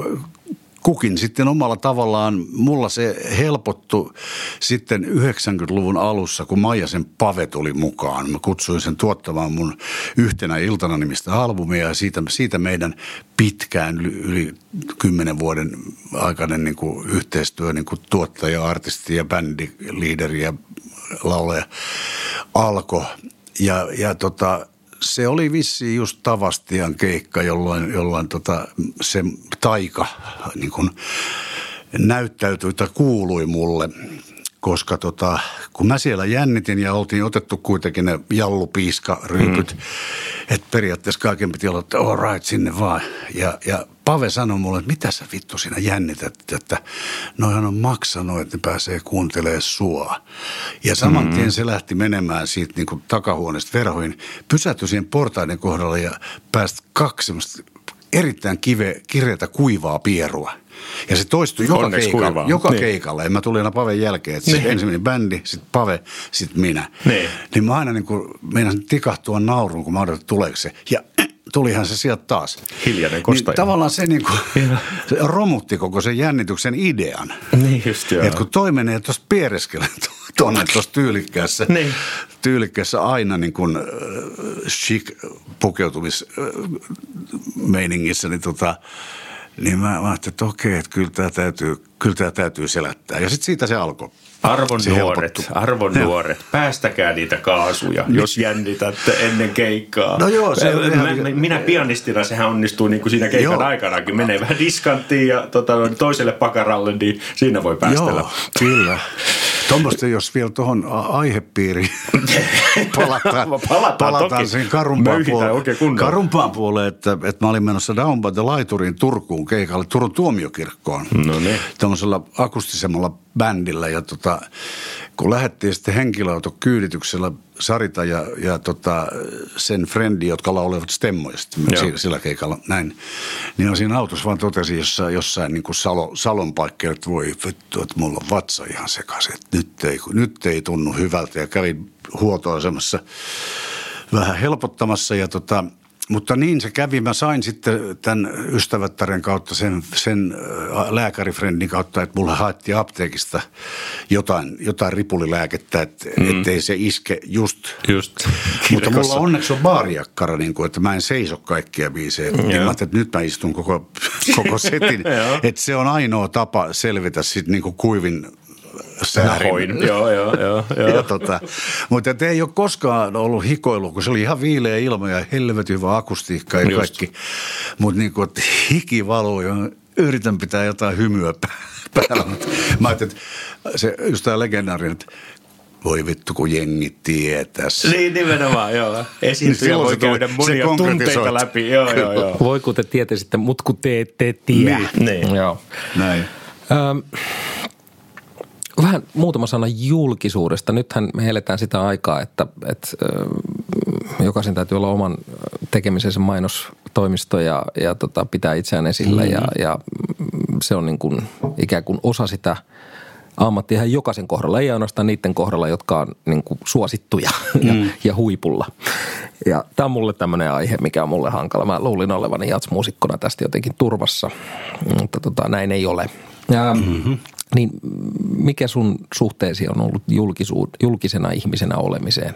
kukin sitten omalla tavallaan, mulla se helpottui sitten yhdeksänkymmentäluvun alussa, kun Maijasen Pave tuli mukaan. Mä kutsuin sen tuottamaan mun Yhtenä iltana nimistä albumia ja siitä, siitä meidän pitkään yli kymmenen vuoden aikainen niin kuin yhteistyö niin kuin tuottaja, artisti ja bändiliideri ja laulaja alkoi. Ja, ja tota... Se oli vissiin just Tavastian keikka, jolloin, jolloin tota, se taika niin kun näyttäytyi tai kuului mulle, koska tota, kun mä siellä jännitin ja oltiin otettu kuitenkin ne jallupiiskaryypyt, mm. että periaatteessa kaiken piti olla, että all right, sinne vaan. Ja, ja Pave sanoi mulle, että mitä sä vittu siinä jännität, että noihan on maksanut, että ne pääsee kuuntelemaan sua. Ja saman tien mm-hmm. se lähti menemään siitä niin kuin takahuoneesta verhoihin, pysähtyi siihen portaiden kohdalla ja päästi kaksi semmoista erittäin kive, kireätä kuivaa pierua. Ja se toistui joka, keikalla, joka niin. keikalla. Ja mä tulin aina Paven jälkeen, että niin. ensimmäinen bändi, sitten Pave, sitten minä. Niin. niin mä aina niin kuin meinasin tikahtua nauruun, kun mä odotin, että tuleeko se. Ja tulihan se sieltä taas. Hiljainen kostaja. Niin tavallaan se, niin kuin, se romutti koko sen jännityksen idean. Niin just joo. Että kun toi menee tuossa piereskelle tuonne tuossa tyylikkäässä, niin. tyylikkäässä aina niin kuin äh, chic pukeutumismeiningissä, niin tota... Niin mä, mä ajattelin, että okei, että kyllä tämä täytyy, kyllä tämä täytyy selättää. Ja sitten siitä se alkoi. Arvon se nuoret, helpottu. arvon ja. nuoret, päästäkää niitä kaasuja, jos jännitätte ennen keikkaa. No joo, se on mä, ihan... Minä pianistina, sehän onnistuu niin kuin siinä keikan joo. aikanakin. Menee vähän diskanttiin ja tota, toiselle pakaralle, niin siinä voi päästellä. Joo, kyllä. Tuommoista, jos vielä tuohon aihepiiriin palataan, palataan, palataan sen karumpaan puoleen, karumpaan puoleen että, että mä olin menossa Down by the Laiturin Turkuun keikalle, Turun tuomiokirkkoon. No niin. Tuollaisella akustisemmalla bändillä ja tota, kun lähdettiin sitten henkilöauto kyydityksellä Sarita ja, ja tota, sen frendi, jotka laulevat stemmoja sillä, sillä keikalla näin. Niin on siinä autossa vaan totesi jossain, jossain niin kuin Salo, Salon paikkeilla, että voi vittu, että mulla on vatsa ihan sekaisin. Että nyt ei, nyt ei tunnu hyvältä ja kävin huoltoasemassa vähän helpottamassa ja tota, mutta niin se kävi. Mä sain sitten tämän ystävättären kautta sen, sen lääkärifrendin kautta, että mulla haettiin apteekista jotain, jotain ripulilääkettä, että mm. ettei se iske just. just. Mutta mulla onneksi on baariakkara, niin kuin, että mä en seiso kaikkia biisejä. Niin mä ajattelin, että nyt mä istun koko, koko setin. Että se on ainoa tapa selvitä sitten niin kuin kuivin säärin. Joo, joo, joo. joo. tota, mutta ei ole koskaan ollut hikoilua, kun se oli ihan viileä ilma ja helvetin hyvä akustiikka ja just. Kaikki. Mutta niin kuin, että hiki valuu ja yritän pitää jotain hymyä päällä. Mä ajattelin, että se just tämä legendaarinen, että voi vittu, kun jengi tietäisi. Niin, nimenomaan, joo. Esiintyjä voi käydä monia tunteita läpi. Joo, joo, joo. Voi kun te tietäisitte, mut kun te ette tiedä. Niin, niin. Joo. Näin. Ähm, Vähän muutama sana julkisuudesta. Nythän me eletään sitä aikaa, että, että äh, jokaisen täytyy olla oman tekemisensä mainostoimisto ja, ja tota, pitää itseään esillä. Mm-hmm. Ja, ja se on niin kuin ikään kuin osa sitä ammattia ihan jokaisen kohdalla. Ei ainoastaan niiden kohdalla, jotka on niin kuin suosittuja ja, mm. ja huipulla. Ja tämä on mulle tämmöinen aihe, mikä on mulle hankala. Mä luulin olevani jatsmuusikkona tästä jotenkin turvassa, mutta tota, näin ei ole. Ja, mm-hmm. Niin mikä sun suhteesi on ollut julkisena ihmisenä olemiseen?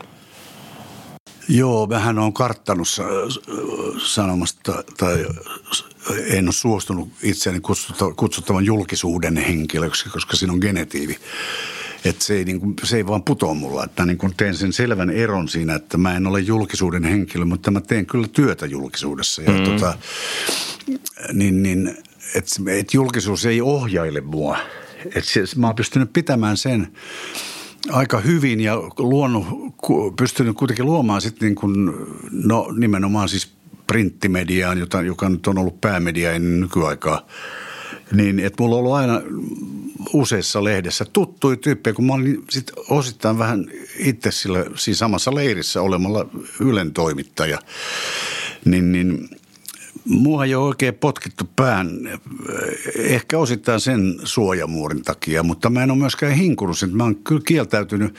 Joo, mähän olen karttanut sanomasta, tai en ole suostunut itseäni kutsuttavan julkisuuden henkilöksi, koska siinä on genetiivi. Että se ei, niin kuin, se ei vaan putoa mulla. Että niin kuin teen sen selvän eron siinä, että mä en ole julkisuuden henkilö, mutta mä teen kyllä työtä julkisuudessa. Ja mm. tota, niin, niin, että et julkisuus ei ohjaile mua. Että mä oon pystynyt pitämään sen aika hyvin ja luonut, pystynyt kuitenkin luomaan sitten niin kuin, no nimenomaan siis printtimediaan, jota, joka nyt on ollut päämedia ennen nykyaikaa. Niin, että mulla on ollut aina useissa lehdessä tuttuja tyyppejä, kun mä olin sitten osittain vähän itse sillä siinä samassa leirissä olemalla Ylen toimittaja. Niin, niin mua ei ole oikein potkittu pään, ehkä osittain sen suojamuurin takia, mutta mä en ole myöskään hinkunut sen. Mä oon kyllä kieltäytynyt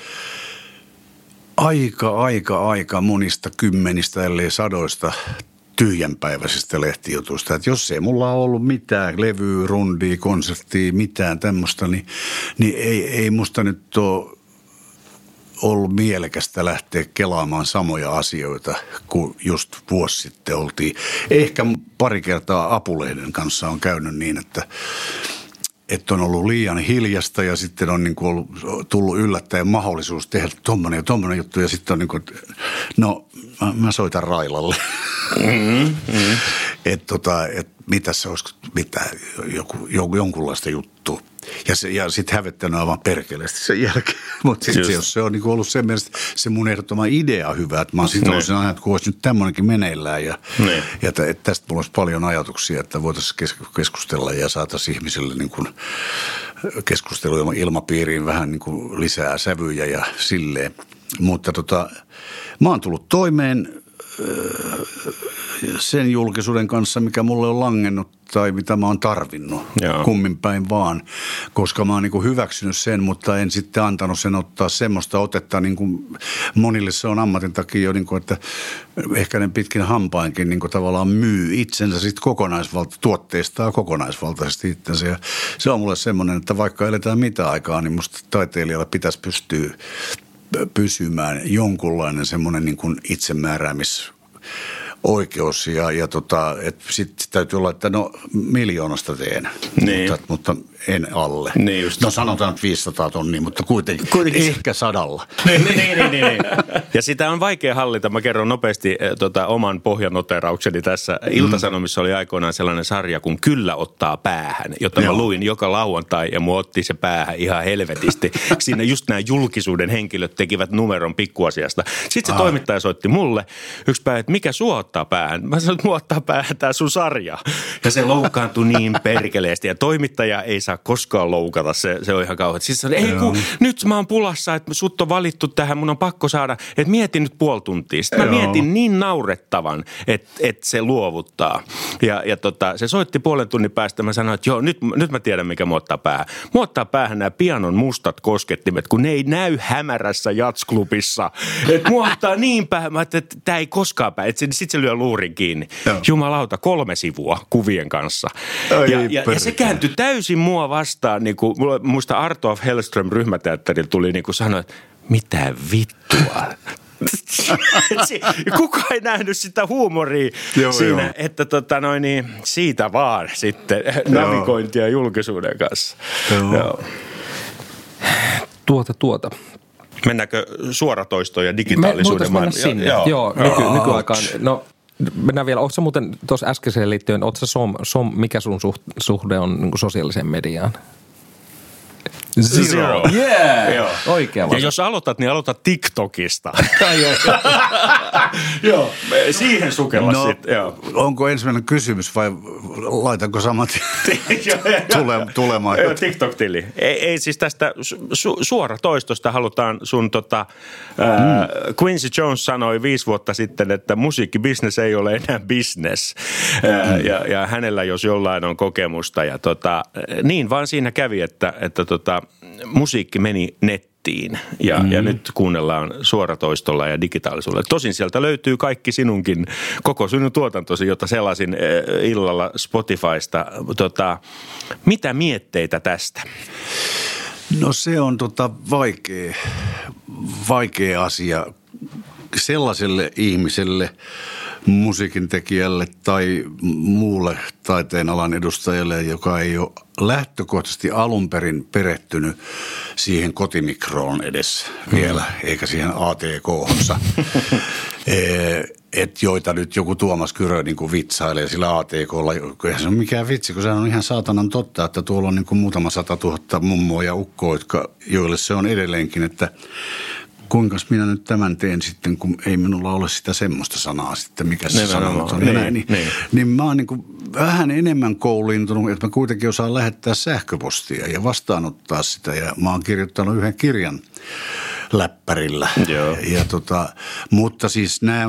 aika, aika, aika monista kymmenistä, ellei sadoista tyhjänpäiväisistä lehtijutuista. Että jos ei mulla ole ollut mitään levyä, rundia, konserttia, mitään tämmöistä, niin, niin ei, ei musta nyt ole ollut mielekästä lähteä kelaamaan samoja asioita kuin just vuosi sitten oltiin. Ehkä pari kertaa Apulehden kanssa on käynyt niin, että, että on ollut liian hiljasta ja sitten on niin kuin ollut, tullut yllättäen mahdollisuus tehdä tommonen ja tommonen juttu ja sitten on niin kuin, no mä, mä soitan Railalle. Mm-hmm. Että tota, et mitäs se olisi, mitä, joku, joku, jonkunlaista juttua. Ja, ja sitten hävettänyt aivan perkeleesti sen jälkeen. Mutta sitten jos se on niinku ollut sen mielestä se mun ehdottoman idea hyvä, että mä oon sitten ollut sen ajan, että kun olisi nyt tämmöinenkin meneillään. Ja, ja että, että tästä mulla olisi paljon ajatuksia, että voitaisiin keskustella ja saataisiin ihmisille niinku keskustelua ilmapiiriin vähän niinku lisää sävyjä ja silleen. Mutta tota, mä oon tullut toimeen sen julkisuuden kanssa, mikä mulle on langennut tai mitä mä oon tarvinnut, Joo. kummin päin vaan, koska mä oon niin kuin hyväksynyt sen, mutta en sitten antanut sen ottaa semmoista otetta, niin kuin monille se on ammatin takia jo, niin kuin, että ehkä ne pitkin hampainkin niin kuin tavallaan myy itsensä sitten kokonaisvalta, tuotteistaa kokonaisvaltaisesti itsensä ja se on mulle semmoinen, että vaikka eletään mitä aikaa, niin musta taiteilijalla pitäisi pystyä pysymään jonkunlainen semmoinen niin kuin itsemääräämis oikeus ja, ja tota, että sitten täytyy olla, että no miljoonasta teen, niin. mutta, mutta en alle. Niin just. No sanotaan nyt viisisataa tonnia, mutta kuitenkin, kuitenkin. ehkä sadalla. niin, niin, niin, niin, niin. Ja sitä on vaikea hallita. Mä kerron nopeasti tota, oman pohjanoteraukseni tässä. Ilta-Sanomissa oli aikoinaan sellainen sarja, kun Kyllä ottaa päähän, jota Joo. mä luin joka lauantai ja mua otti se päähän ihan helvetisti. Siinä just nämä julkisuuden henkilöt tekivät numeron pikkuasiasta. Sitten se Aa. toimittaja soitti mulle yksi päivä, että mikä sua ottaa ottaa päähän. Mä sanoin, että mua ottaa päähän tää sun sarja. Ja se loukkaantui niin perkeleesti. Ja toimittaja ei saa koskaan loukata. Se, se on ihan kauhean. Siis sanoi, ei kun nyt mä oon pulassa, että sut on valittu tähän. Mun on pakko saada, että mietin nyt puoli tuntia. Sitten mä Joo. mietin niin naurettavan, että, että se luovuttaa. Ja, ja tota, se soitti puolen tunnin päästä. Mä sanoin, että joo, nyt, nyt mä tiedän, mikä mua ottaa päähän. Mua ottaa päähän nämä pianon mustat koskettimet, kun ne ei näy hämärässä jatsklubissa. Että mua ottaa niin päähän, että tämä ei koskaan päähän. Sitten se lyö luurin kiinni. Joo. Jumalauta, kolme sivua kuvien kanssa. Ai, ja, ja, ja se kääntyi täysin mua vastaan. Niin kuin, muista Arto af Hellström ryhmäteatterilla tuli niin kuin sanoa, että mitä vittua. Kukaan ei nähnyt sitä huumoria joo, siinä, joo. että tota noin, niin, siitä vaan sitten navigointia julkisuuden kanssa. Joo. Joo. Tuota, tuota. Mennäänkö suoratoistoon ja digitaalisuuden maailmaan? Sinne. Joo, joo nyky, nykyaikaan. No, mennään vielä. Oletko muuten tuossa äskeiseen liittyen, oletko som, som, mikä sun suhde on niin kuin sosiaaliseen mediaan? Zero. Zero. Yeah. Joo. Oikea vasta. Ja jos aloitat, niin aloita TikTokista. Joo, siihen sukella no, sitten. Joo. Onko ensimmäinen kysymys vai laitanko samat tule, tulemaan? Joo, TikTok-tili. Ei, ei siis tästä su, suoratoistosta halutaan sun tota, mm. ää, Quincy Jones sanoi viisi vuotta sitten, että musiikkibisnes ei ole enää business. Mm. Ää, ja, ja hänellä jos jollain on kokemusta. Ja tota, niin vaan siinä kävi, että, että tota, musiikki meni nettiin ja, mm. ja nyt kuunnellaan suoratoistolla ja digitaalisuudella. Tosin sieltä löytyy kaikki sinunkin, koko sinun tuotantosi, jota sellaisin illalla Spotifysta. Tota, mitä mietteitä tästä? No se on tota vaikea, vaikea asia sellaiselle ihmiselle, musiikin tekijälle tai muulle taiteen alan edustajalle, joka ei ole lähtökohtaisesti alun perin perehtynyt siihen kotimikroon edes vielä, eikä siihen A T K-honsa. Et joita nyt joku Tuomas Kyrö niin kuin vitsailee sillä A T K:lla. Eihän se ole mikään vitsi, kun se on ihan saatanan totta, että tuolla on niin kuin muutama sata tuhatta mummoa ja ukkoa, jotka, joille se on edelleenkin, että kuinka minä nyt tämän teen sitten, kun ei minulla ole sitä semmoista sanaa sitten, mikä se sana on. Niin, niin, niin. niin mä oon niin kuin vähän enemmän kouliintunut, että mä kuitenkin osaan lähettää sähköpostia ja vastaanottaa sitä. Ja mä oon kirjoittanut yhden kirjan läppärillä. Ja, ja tota, mutta siis nämä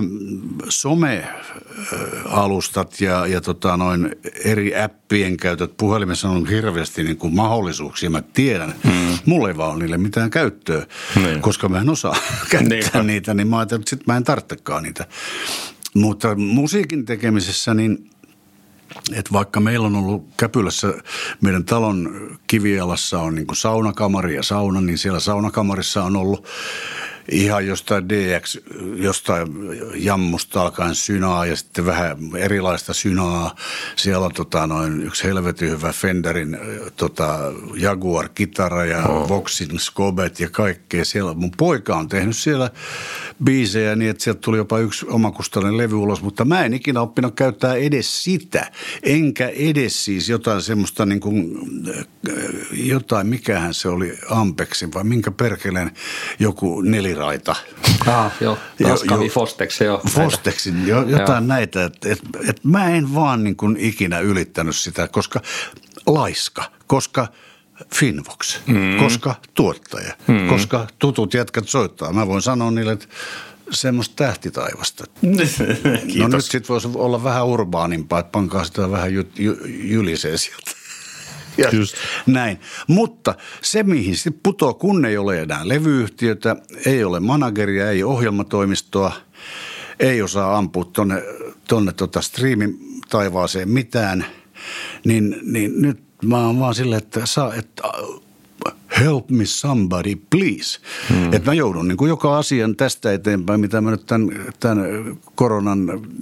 some-alustat ja, ja tota noin eri appien käytöt puhelimessa on hirveästi niin kuin mahdollisuuksia. Mä tiedän, hmm. mulla ei vaan ole niille mitään käyttöä, niin. koska mä en osaa käyttää niin. niitä, niin mä ajattelin, että sit mä en tarvitsekaan niitä. Mutta musiikin tekemisessä niin että vaikka meillä on ollut Käpylässä, meidän talon kivialassa on niin kuin saunakamari ja sauna, niin siellä saunakamarissa on ollut ihan jostain D X, jostain jammusta alkaen synaa ja sitten vähän erilaista synaa. Siellä on tota, noin yksi helvetin hyvä Fenderin tota, Jaguar-kitara ja oh. Voxin Scobet ja kaikkea. Siellä mun poika on tehnyt siellä biisejä niin, että sieltä tuli jopa yksi omakustainen levy ulos, mutta mä en ikinä oppinut käyttää edes sitä. Enkä edes siis jotain semmoista niin kuin, jotain, mikähän se oli, Ampexin vai minkä perkeleen joku neli raita. Ah, joo. Taskavi Fostex, joo. Fostexin, jo, jotain joo. näitä. Että et, et mä en vaan niin kuin ikinä ylittänyt sitä, koska laiska, koska Finvox, mm. koska tuottaja, mm. koska tutut jätkät soittaa. Mä voin sanoa niille, että semmoista tähtitaivasta. No nyt sit voisi olla vähän urbaanimpaa, että pankaa sitä vähän jy, jy, jylisee sieltä. Ja just näin. Mutta se, mihin sitten putoo, kun ei ole enää levyyhtiötä, ei ole manageria, ei ohjelmatoimistoa, ei osaa ampua tonne, tonne tota striimin taivaaseen mitään, niin, niin nyt mä oon vaan silleen, että saa, että help me somebody please. Hmm. Että mä joudun niin kuin joka asian tästä eteenpäin, mitä mä nyt tämän, tämän koronan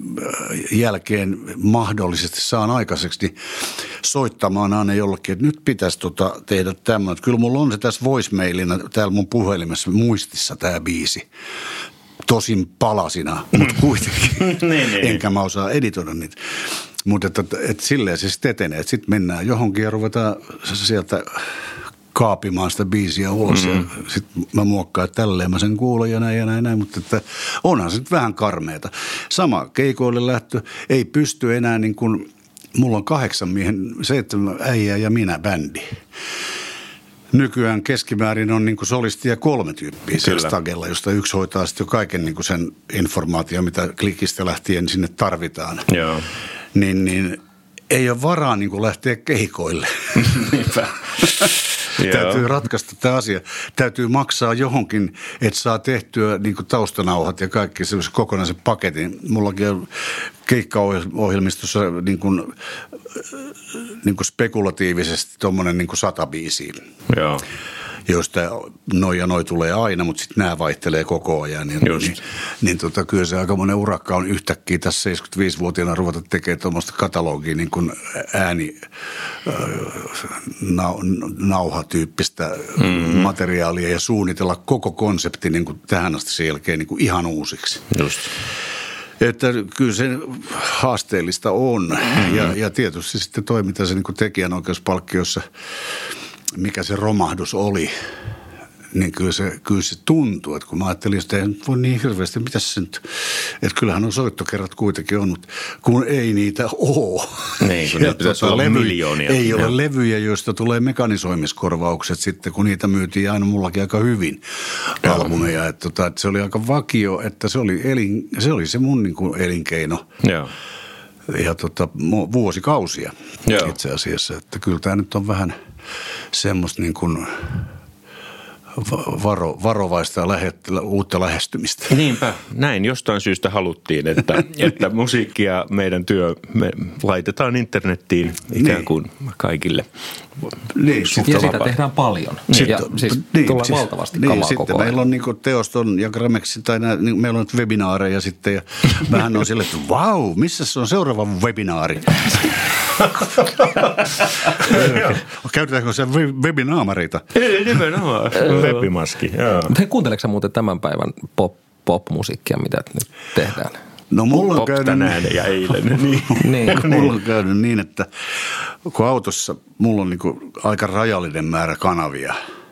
jälkeen mahdollisesti saan aikaiseksi, niin soittamaan aina jollekin, että nyt pitäisi tota tehdä tämmöinen. Kyllä mulla on se tässä voicemailina täällä mun puhelimessa muistissa tämä biisi. Tosin palasina, mutta kuitenkin. niin, niin. Enkä mä osaa editoida niitä. Mutta että, että, että silleen se sitten etenee. Että sitten mennään johonkin ja ruvetaan sieltä kaapimaan sitä biisiä ulos. Mm-hmm. Ja sitten mä muokkaan, että tälleen mä sen kuulen ja näin ja näin, näin. Mutta että onhan se nyt vähän karmeeta. Sama keikoille lähtö, ei pysty enää niin kuin, mulla on kahdeksan miehen, seitsemän äijää ja minä bändi. Nykyään keskimäärin on niin kuin solistia kolme tyyppiä siellä stagella, josta yksi hoitaa sitten jo kaiken niin kuin sen informaation, mitä klikistä lähtien sinne tarvitaan. Joo. Niin, niin ei ole varaa niin kuin lähteä keikoille. Niinpä. Täytyy ratkaista tämä asia. Täytyy maksaa johonkin, että saa tehtyä niin kuin taustanauhat ja kaikki semmoisen kokonaisen paketin. Mullakin on keikkaohjelmistossa niin kuin, niin kuin spekulatiivisesti tuommoinen niin kuin sata biisiä. Joo. Joista noi ja noi tulee aina, mutta sitten nämä vaihtelee koko ajan. Niin, niin, niin tota, kyllä se aika monen urakka on yhtäkkiä tässä seitsemänkymmentäviisivuotiaana ruveta tekemään tuommoista katalogia niin kuin ääni nau, nauhatyyppistä mm-hmm. materiaalia ja suunnitella koko konsepti niin kuin tähän asti sen jälkeen niin kuin ihan uusiksi. Just. Että kyllä se haasteellista on mm-hmm. ja, ja tietysti sitten toi, mitä se niin kuin tekijänoikeuspalkkiossa, mikä se romahdus oli, niin kyllä se, kyllä se tuntuu, että kun mä ajattelin, että ei voi niin hirveästi, mitä se nyt, että kyllähän on soittokerrat kuitenkin on, mutta kun ei niitä ole. Niin, kun niitä pitäisi olla levy, miljoonia. Ei ole ja. levyjä, joista tulee mekanisoimiskorvaukset sitten, kun niitä myytiin aina mullakin aika hyvin ja. albumeja. Että, että, että se oli aika vakio, että se oli, elin, se, oli se mun niin kuin elinkeino. Joo. Ja tota, vuosikausia Joo. itse asiassa, että kyllä tämä nyt on vähän semmoista niin kuin varo, varovaista lähet, uutta lähestymistä. Niinpä, näin jostain syystä haluttiin, että, että musiikkia meidän työ me laitetaan internettiin ikään kuin niin. kaikille. Niin, ja sitä vapaa. Tehdään paljon. Sitten, ja siis niin, tulee siis, valtavasti niin, kamaa sitten koko ajan. Meillä on niin kuin Teoston ja Gramexin tai nää, niin meillä on webinaareja sitten ja vähän on silleen, että vau, missä se on seuraava webinaari? Käytetäänkö se webinaamareita? Ei, nimenomaan. Webimaski. Hei, kuunteleeko sä muuten tämän päivän pop, pop-musiikkia, mitä nyt tehdään? No mulla on pop käynyt tänään ja eilen. niin. niin. Mulla on käynyt niin, että kun autossa mulla on niinku aika rajallinen määrä kanavia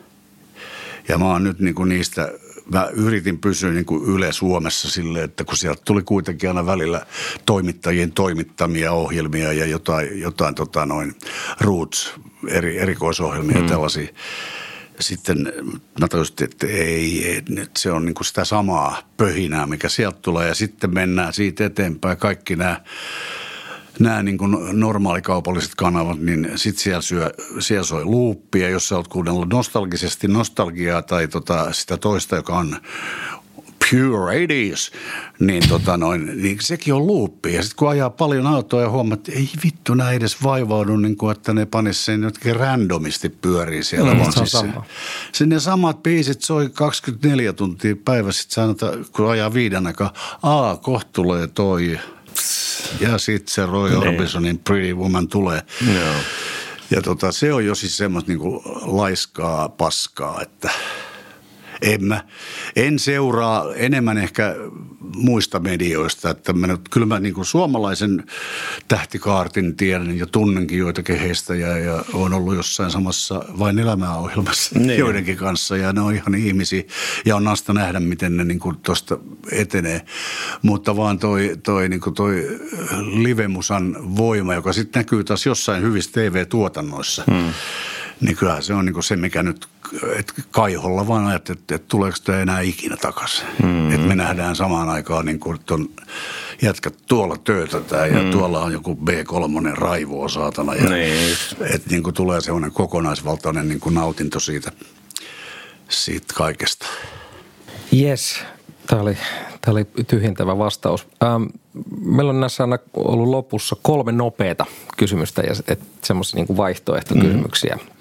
ja mä oon nyt niinku niistä... Mä yritin pysyä niin kuin Yle Suomessa silleen, että kun sieltä tuli kuitenkin aina välillä toimittajien toimittamia ohjelmia ja jotain, jotain tota noin roots, eri, erikoisohjelmia mm. ja tällaisia. Sitten mä tajusin, että ei, ei nyt se on niin kuin sitä samaa pöhinää, mikä sieltä tulee ja sitten mennään siitä eteenpäin. Kaikki nämä nämä niin kuin normaalikaupalliset kanavat, niin sitten siellä, syö, siellä soi luuppia, jos sä oot kuunnellut nostalgisesti nostalgiaa tai tota sitä toista, joka on Pure eighties, niin, tota noin, niin sekin on luuppi. Ja sitten kun ajaa paljon autoa ja huomaa, että ei vittu, nää edes vaivaudu, niin kuin, että ne panisi sen jotenkin randomisti pyörii siellä. Mm, se on sama. Sitten ne samat biisit soi kaksikymmentäneljä tuntia päivässä, sitten sanotaan, kun ajaa viiden aikaa, aa, kohta tulee toi. Ja sitten se Roy Orbisonin Pretty Woman tulee. No. Ja tota, se on jo siis semmoista niinku laiskaa paskaa, että en mä, en seuraa enemmän ehkä muista medioista, että mä nyt, kyllä mä niinku suomalaisen tähtikaartin tiedän ja tunnenkin joitakin heistä ja, ja on ollut jossain samassa Vain elämää -ohjelmassa niin. joidenkin kanssa ja ne on ihan ihmisiä ja on nasta nähdä, miten ne niinku tuosta etenee, mutta vaan toi, toi, niinku toi livemusan voima, joka sitten näkyy taas jossain hyvissä T V-tuotannoissa, hmm. niin kyllähän se on niinku se, mikä nyt että kaiholla vaan ajattelee, että, että tuleeko tämä enää ikinä takaisin. Mm-hmm. Että me nähdään samaan aikaan niin kuin ton jätkät tuolla töötetään ja mm-hmm. tuolla on joku B kolme raivoa saatana. Ja niin. Että niin kuin tulee sellainen kokonaisvaltainen niin kuin nautinto siitä, siitä kaikesta. Jes, tämä oli, tämä oli tyhjentävä vastaus. Ähm, meillä on näissä aina ollut lopussa kolme nopeata kysymystä ja semmoisia niin kuin vaihtoehtokysymyksiä. Mm-hmm.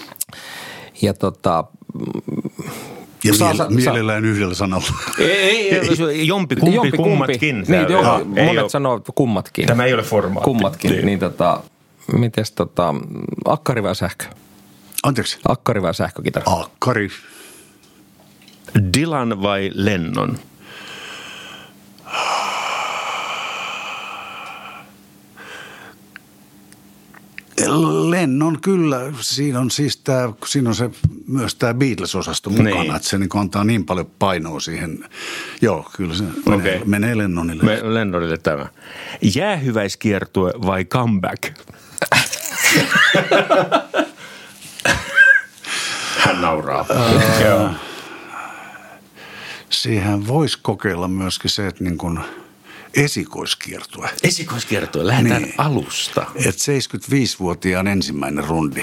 Ja tota... Ja saa, miel- mielellään yhdellä sanalla. Ei, ei, ei jompi, kumpi, jompi, kummatkin. Niin, jo, Aha, monet sanoo, että kummatkin. Tämä ei ole formaatti. Kummatkin. Niin, niin tota, mites tota, akkari vai sähkö? Anteeksi? Akkari vai sähkökitara? Akkari. Dylan vai Lennon? Lennon kyllä, siinä on siis tämä, siinä on se, myös tämä Beatles-osasto mukana, niin. Että se niin antaa niin paljon painoa siihen. Joo, kyllä se okay. menee, menee Lennonille. Me, Lennonille tämä. Jäähyväiskiertue vai comeback? Hän nauraa. Uh, Joo. Siihen voisi kokeilla myöskin se, että niin kuin esikoiskiertue. Esikoiskiertue, lähdetään niin. alusta. Et seitsemänkymmentäviisivuotiaan ensimmäinen rundi.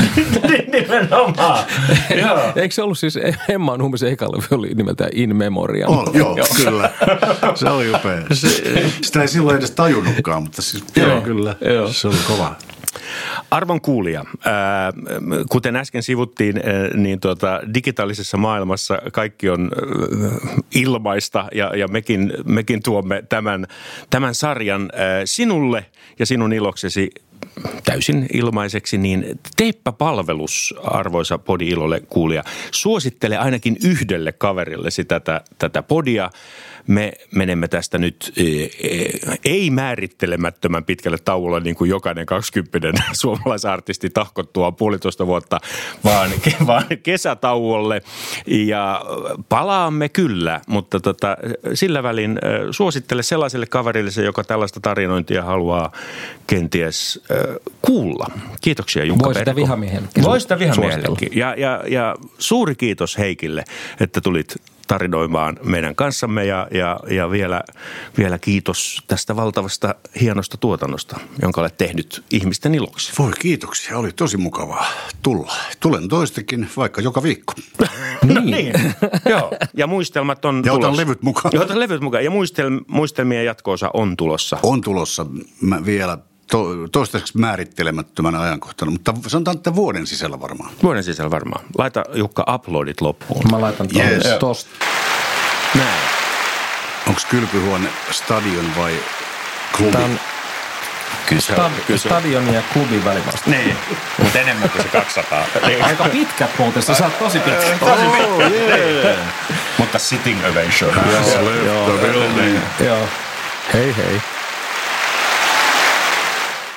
Nimenomaan. Eikö se ollut siis Emma Nummisen eka levy oli nimeltään In Memoriam? On, joo, kyllä. Se oli upea. Sitä ei silloin edes tajunnutkaan, mutta siis joo, kyllä. Joo. Se oli kova. Arvon kuulija, ää, kuten äsken sivuttiin, ää, niin tuota, digitaalisessa maailmassa kaikki on ää, ilmaista ja, ja mekin, mekin tuomme tämän, tämän sarjan ää, sinulle ja sinun iloksesi täysin ilmaiseksi, niin teepä palvelus, arvoisa Podi-ilolle kuulija. Suosittele ainakin yhdelle kaverillesi tätä, tätä podia. Me menemme tästä nyt ei määrittelemättömän pitkälle tauolla, niin kuin jokainen kaksikymppinen suomalaisartisti tahkottua puolitoista vuotta, vaan, vaan kesätauolle. Ja palaamme kyllä, mutta tota, sillä välin suosittele sellaiselle kaverille, joka tällaista tarinointia haluaa kenties kuulla. Kiitoksia Jukka Voi sitä vihamiehen. Voi sitä vihamiehellekin. Ja, ja, ja suuri kiitos Heikille, että tulit tarinoimaan meidän kanssamme ja, ja, ja vielä, vielä kiitos tästä valtavasta hienosta tuotannosta, jonka olet tehnyt ihmisten iloksi. Voi kiitoksia, oli tosi mukavaa tulla. Tulen toistakin vaikka joka viikko. niin, joo. Ja muistelmat on ja tulossa. otan levyt mukaan. Ja otan levyt mukaan. Ja muistel, muistelmien jatko-osa on tulossa. On tulossa Mä vielä to, toistaiseksi määrittelemättömänä ajankohtana, mutta sanotaan, että vuoden sisällä varmaan. Vuoden sisällä varmaan. Laita Jukka uploadit loppuun. Mä laitan tuosta. Yes. Tosta. Näin. Onko kylpyhuone stadion vai klubi? Tämä on Kysy, Stad- kysy. Stadionin ja klubin välimasta. Niin, mutta enemmän kuin se kaksisataa. Aika pitkät muuten, sä saat tosi pitkät. Tosi pitkät. Oh, yeah. Mutta sitting ovation. Joo, joo. Joo. Hei hei.